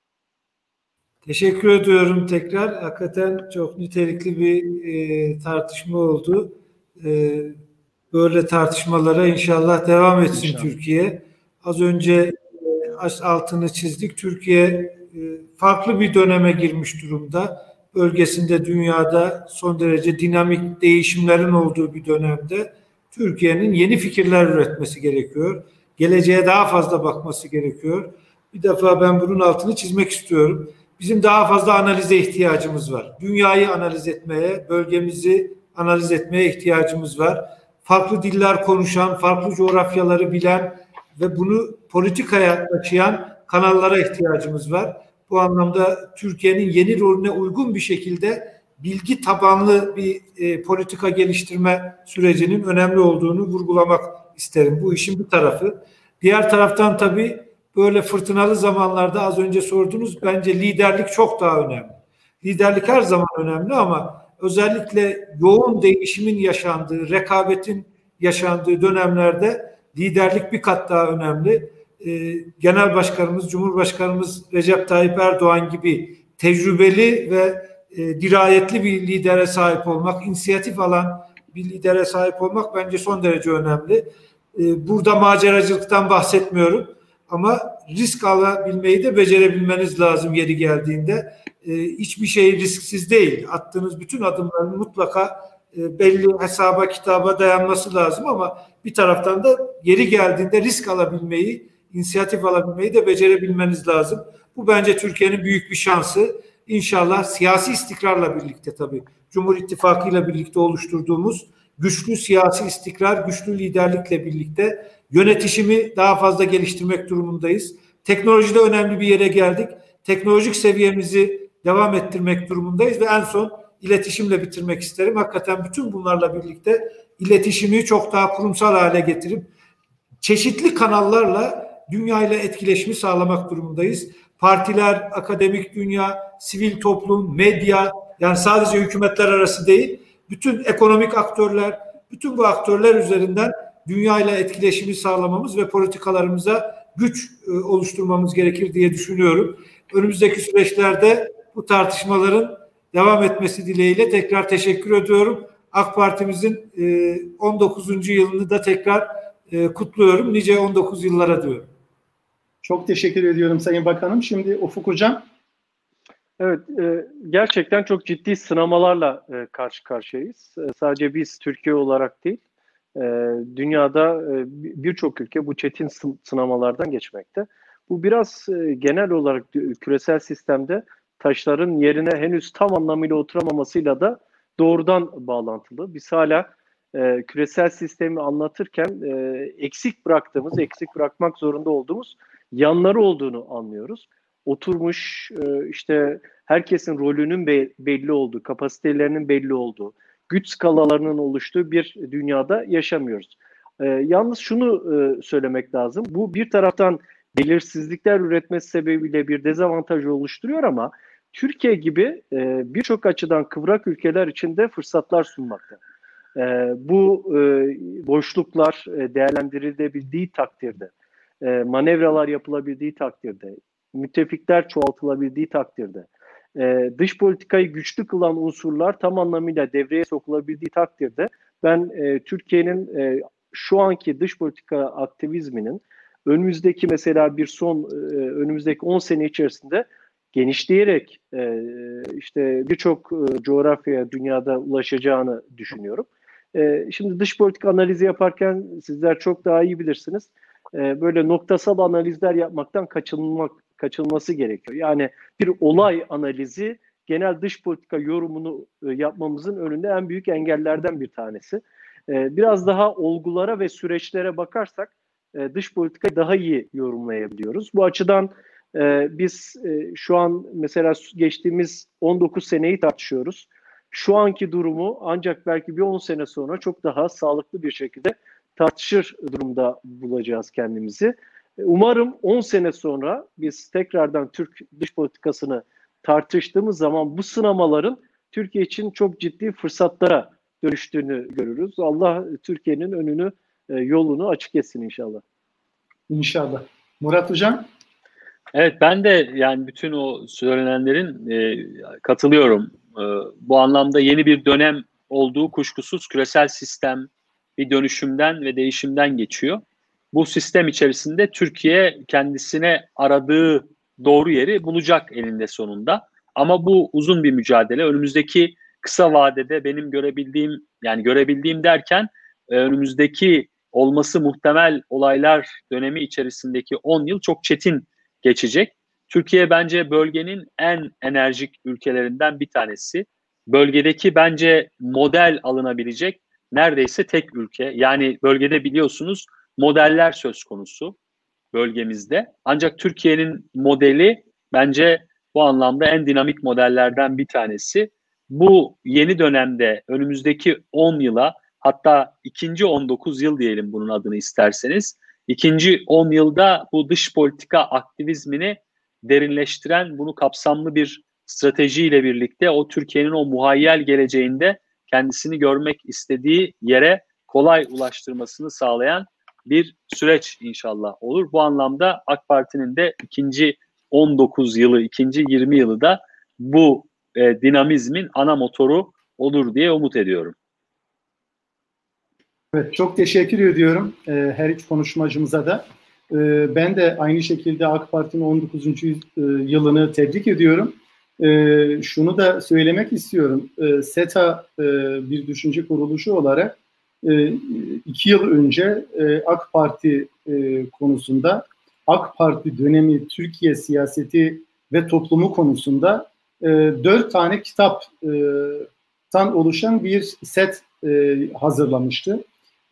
Teşekkür ediyorum tekrar. Hakikaten çok nitelikli bir tartışma oldu. Böyle tartışmalara inşallah devam etsin İnşallah. Türkiye. Az önce altını çizdik. Türkiye farklı bir döneme girmiş durumda. Bölgesinde, dünyada son derece dinamik değişimlerin olduğu bir dönemde Türkiye'nin yeni fikirler üretmesi gerekiyor. Geleceğe daha fazla bakması gerekiyor. Bir defa ben bunun altını çizmek istiyorum. Bizim daha fazla analize ihtiyacımız var. Dünyayı analiz etmeye, bölgemizi analiz etmeye ihtiyacımız var. farklı diller konuşan, farklı coğrafyaları bilen ve bunu politikaya taşıyan kanallara ihtiyacımız var. Bu anlamda Türkiye'nin yeni rolüne uygun bir şekilde bilgi tabanlı bir politika geliştirme sürecinin önemli olduğunu vurgulamak isterim. Bu işin bir tarafı. Diğer taraftan tabii böyle fırtınalı zamanlarda az önce sordunuz, bence liderlik çok daha önemli. Liderlik her zaman önemli ama özellikle yoğun değişimin yaşandığı, rekabetin yaşandığı dönemlerde liderlik bir kat daha önemli. Genel Başkanımız, Cumhurbaşkanımız Recep Tayyip Erdoğan gibi tecrübeli ve dirayetli bir lidere sahip olmak, inisiyatif alan bir lidere sahip olmak bence son derece önemli. Burada maceracılıktan bahsetmiyorum ama risk alabilmeyi de becerebilmeniz lazım yeri geldiğinde. Hiçbir şey risksiz değil. Attığınız bütün adımların mutlaka belli hesaba kitaba dayanması lazım ama bir taraftan da yeri geldiğinde risk alabilmeyi, inisiyatif alabilmeyi de becerebilmeniz lazım. Bu bence Türkiye'nin büyük bir şansı. İnşallah siyasi istikrarla birlikte tabii Cumhur İttifakı ile birlikte oluşturduğumuz güçlü siyasi istikrar, güçlü liderlikle birlikte yönetişimi daha fazla geliştirmek durumundayız. Teknolojide önemli bir yere geldik. Teknolojik seviyemizi devam ettirmek durumundayız ve en son iletişimle bitirmek isterim. Hakikaten bütün bunlarla birlikte iletişimi çok daha kurumsal hale getirip çeşitli kanallarla dünyayla etkileşimi sağlamak durumundayız. Partiler, akademik dünya, sivil toplum, medya, yani sadece hükümetler arası değil, bütün ekonomik aktörler, bütün bu aktörler üzerinden dünyayla etkileşimi sağlamamız ve politikalarımıza güç oluşturmamız gerekir diye düşünüyorum. Önümüzdeki süreçlerde bu tartışmaların devam etmesi dileğiyle tekrar teşekkür ediyorum. AK Parti'mizin 19. yılını da tekrar kutluyorum. Nice 19 yıllara diyorum. Çok teşekkür ediyorum Sayın Bakanım. Şimdi Ufuk Hocam. Evet, gerçekten çok ciddi sınamalarla karşı karşıyayız. Sadece biz Türkiye olarak değil, dünyada birçok ülke bu çetin sınamalardan geçmekte. Bu biraz genel olarak küresel sistemde taşların yerine henüz tam anlamıyla oturamamasıyla da doğrudan bağlantılı. Biz hala küresel sistemi anlatırken eksik bırakmak zorunda olduğumuz yanları olduğunu anlıyoruz. Oturmuş, işte herkesin rolünün belli olduğu, kapasitelerinin belli olduğu, güç skalalarının oluştuğu bir dünyada yaşamıyoruz. Yalnız şunu söylemek lazım. Bu bir taraftan belirsizlikler üretmesi sebebiyle bir dezavantaj oluşturuyor ama Türkiye gibi birçok açıdan kıvrak ülkeler için de fırsatlar sunmakta. Bu boşluklar değerlendirilebildiği takdirde, manevralar yapılabildiği takdirde, müttefikler çoğaltılabildiği takdirde, dış politikayı güçlü kılan unsurlar tam anlamıyla devreye sokulabildiği takdirde ben Türkiye'nin şu anki dış politika aktivizminin önümüzdeki mesela önümüzdeki 10 sene içerisinde genişleyerek işte birçok coğrafyaya dünyada ulaşacağını düşünüyorum. Şimdi dış politika analizi yaparken sizler çok daha iyi bilirsiniz. Böyle noktasal analizler yapmaktan kaçınılması gerekiyor. Yani bir olay analizi genel dış politika yorumunu yapmamızın önünde en büyük engellerden bir tanesi. Biraz daha olgulara ve süreçlere bakarsak dış politikayı daha iyi yorumlayabiliyoruz. Bu açıdan biz şu an mesela geçtiğimiz 19 seneyi tartışıyoruz. Şu anki durumu ancak belki bir 10 sene sonra çok daha sağlıklı bir şekilde tartışır durumda bulacağız kendimizi. Umarım 10 sene sonra biz tekrardan Türk dış politikasını tartıştığımız zaman bu sınamaların Türkiye için çok ciddi fırsatlara dönüştüğünü görürüz. Allah Türkiye'nin önünü, yolunu açık etsin inşallah. İnşallah. Murat Hocam? Evet, ben de yani bütün o söylenenlerin katılıyorum. Bu anlamda yeni bir dönem olduğu kuşkusuz. Küresel sistem bir dönüşümden ve değişimden geçiyor. Bu sistem içerisinde Türkiye kendisine aradığı doğru yeri bulacak eninde sonunda. Ama bu uzun bir mücadele. Önümüzdeki kısa vadede benim görebildiğim derken önümüzdeki olması muhtemel olaylar dönemi içerisindeki 10 yıl çok çetin geçecek. Türkiye bence bölgenin en enerjik ülkelerinden bir tanesi. Bölgedeki bence model alınabilecek neredeyse tek ülke. Yani bölgede biliyorsunuz modeller söz konusu bölgemizde. Ancak Türkiye'nin modeli bence bu anlamda en dinamik modellerden bir tanesi. Bu yeni dönemde önümüzdeki 10 yıla, hatta ikinci 19 yıl diyelim bunun adını isterseniz, ikinci 10 yılda bu dış politika aktivizmini derinleştiren, bunu kapsamlı bir stratejiyle birlikte o Türkiye'nin o muhayyel geleceğinde kendisini görmek istediği yere kolay ulaştırmasını sağlayan bir süreç inşallah olur. Bu anlamda AK Parti'nin de ikinci 19 yılı, ikinci 20 yılı da bu dinamizmin ana motoru olur diye umut ediyorum. Evet, çok teşekkür ediyorum her üç konuşmacımıza da. Ben de aynı şekilde AK Parti'nin 19. yılını tebrik ediyorum. Şunu da söylemek istiyorum. SETA bir düşünce kuruluşu olarak 2 yıl önce AK Parti konusunda, AK Parti dönemi Türkiye siyaseti ve toplumu konusunda 4 tane kitaptan oluşan bir set hazırlamıştı.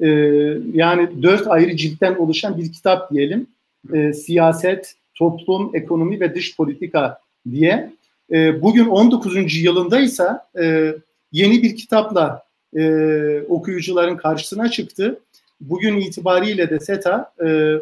Yani 4 ayrı ciltten oluşan bir kitap diyelim. Siyaset, toplum, ekonomi ve dış politika diye. Bugün 19. yılındaysa yeni bir kitapla okuyucuların karşısına çıktı. Bugün itibariyle de SETA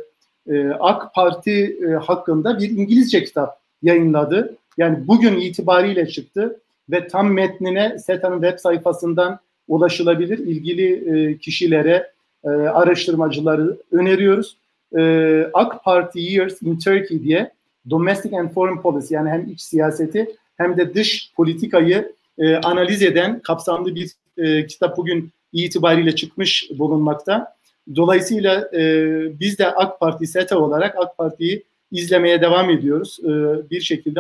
AK Parti hakkında bir İngilizce kitap yayınladı. Yani bugün itibariyle çıktı ve tam metnine SETA'nın web sayfasından ulaşılabilir. İlgili kişilere, araştırmacıları öneriyoruz. AK Party Years in Turkey diye Domestic and Foreign Policy, yani hem iç siyaseti hem de dış politikayı analiz eden kapsamlı bir kitap bugün itibariyle çıkmış bulunmakta. Dolayısıyla biz de AK Parti SETA olarak AK Parti'yi izlemeye devam ediyoruz. Bir şekilde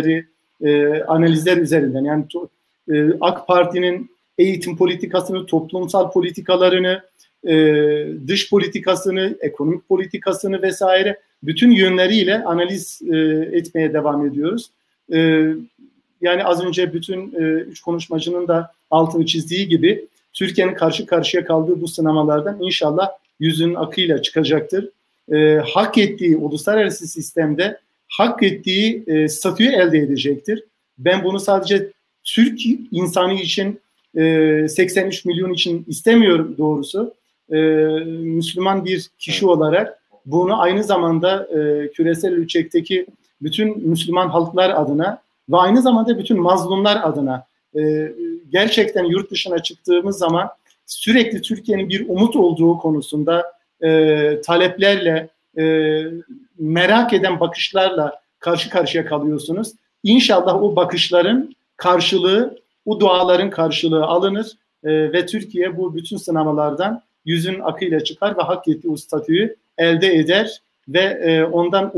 analizler üzerinden, yani AK Parti'nin eğitim politikasını, toplumsal politikalarını, dış politikasını, ekonomik politikasını vesaire bütün yönleriyle analiz etmeye devam ediyoruz. Yani az önce bütün 3 konuşmacının da altını çizdiği gibi Türkiye'nin karşı karşıya kaldığı bu sınamalardan inşallah yüzünün akıyla çıkacaktır. Hak ettiği uluslararası sistemde hak ettiği statüyü elde edecektir. Ben bunu sadece Türk insanı için 83 milyon için istemiyorum doğrusu. Müslüman bir kişi olarak bunu aynı zamanda küresel ölçekteki bütün Müslüman halklar adına ve aynı zamanda bütün mazlumlar adına gerçekten yurt dışına çıktığımız zaman sürekli Türkiye'nin bir umut olduğu konusunda taleplerle, merak eden bakışlarla karşı karşıya kalıyorsunuz. İnşallah o bakışların karşılığı, o duaların karşılığı alınır ve Türkiye bu bütün sınavlardan yüzün akıyla çıkar ve hak ettiği o statüyü elde eder ve ondan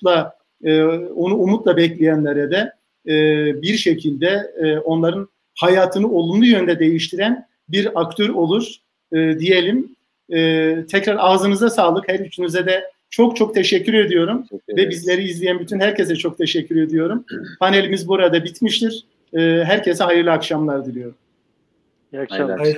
onu umutla bekleyenlere de bir şekilde onların hayatını olumlu yönde değiştiren bir aktör olur diyelim. Tekrar ağzınıza sağlık. Her üçünüze de çok çok teşekkür ediyorum. Ve bizleri izleyen bütün herkese çok teşekkür ediyorum. Panelimiz burada bitmiştir. Herkese hayırlı akşamlar diliyorum. İyi akşamlar.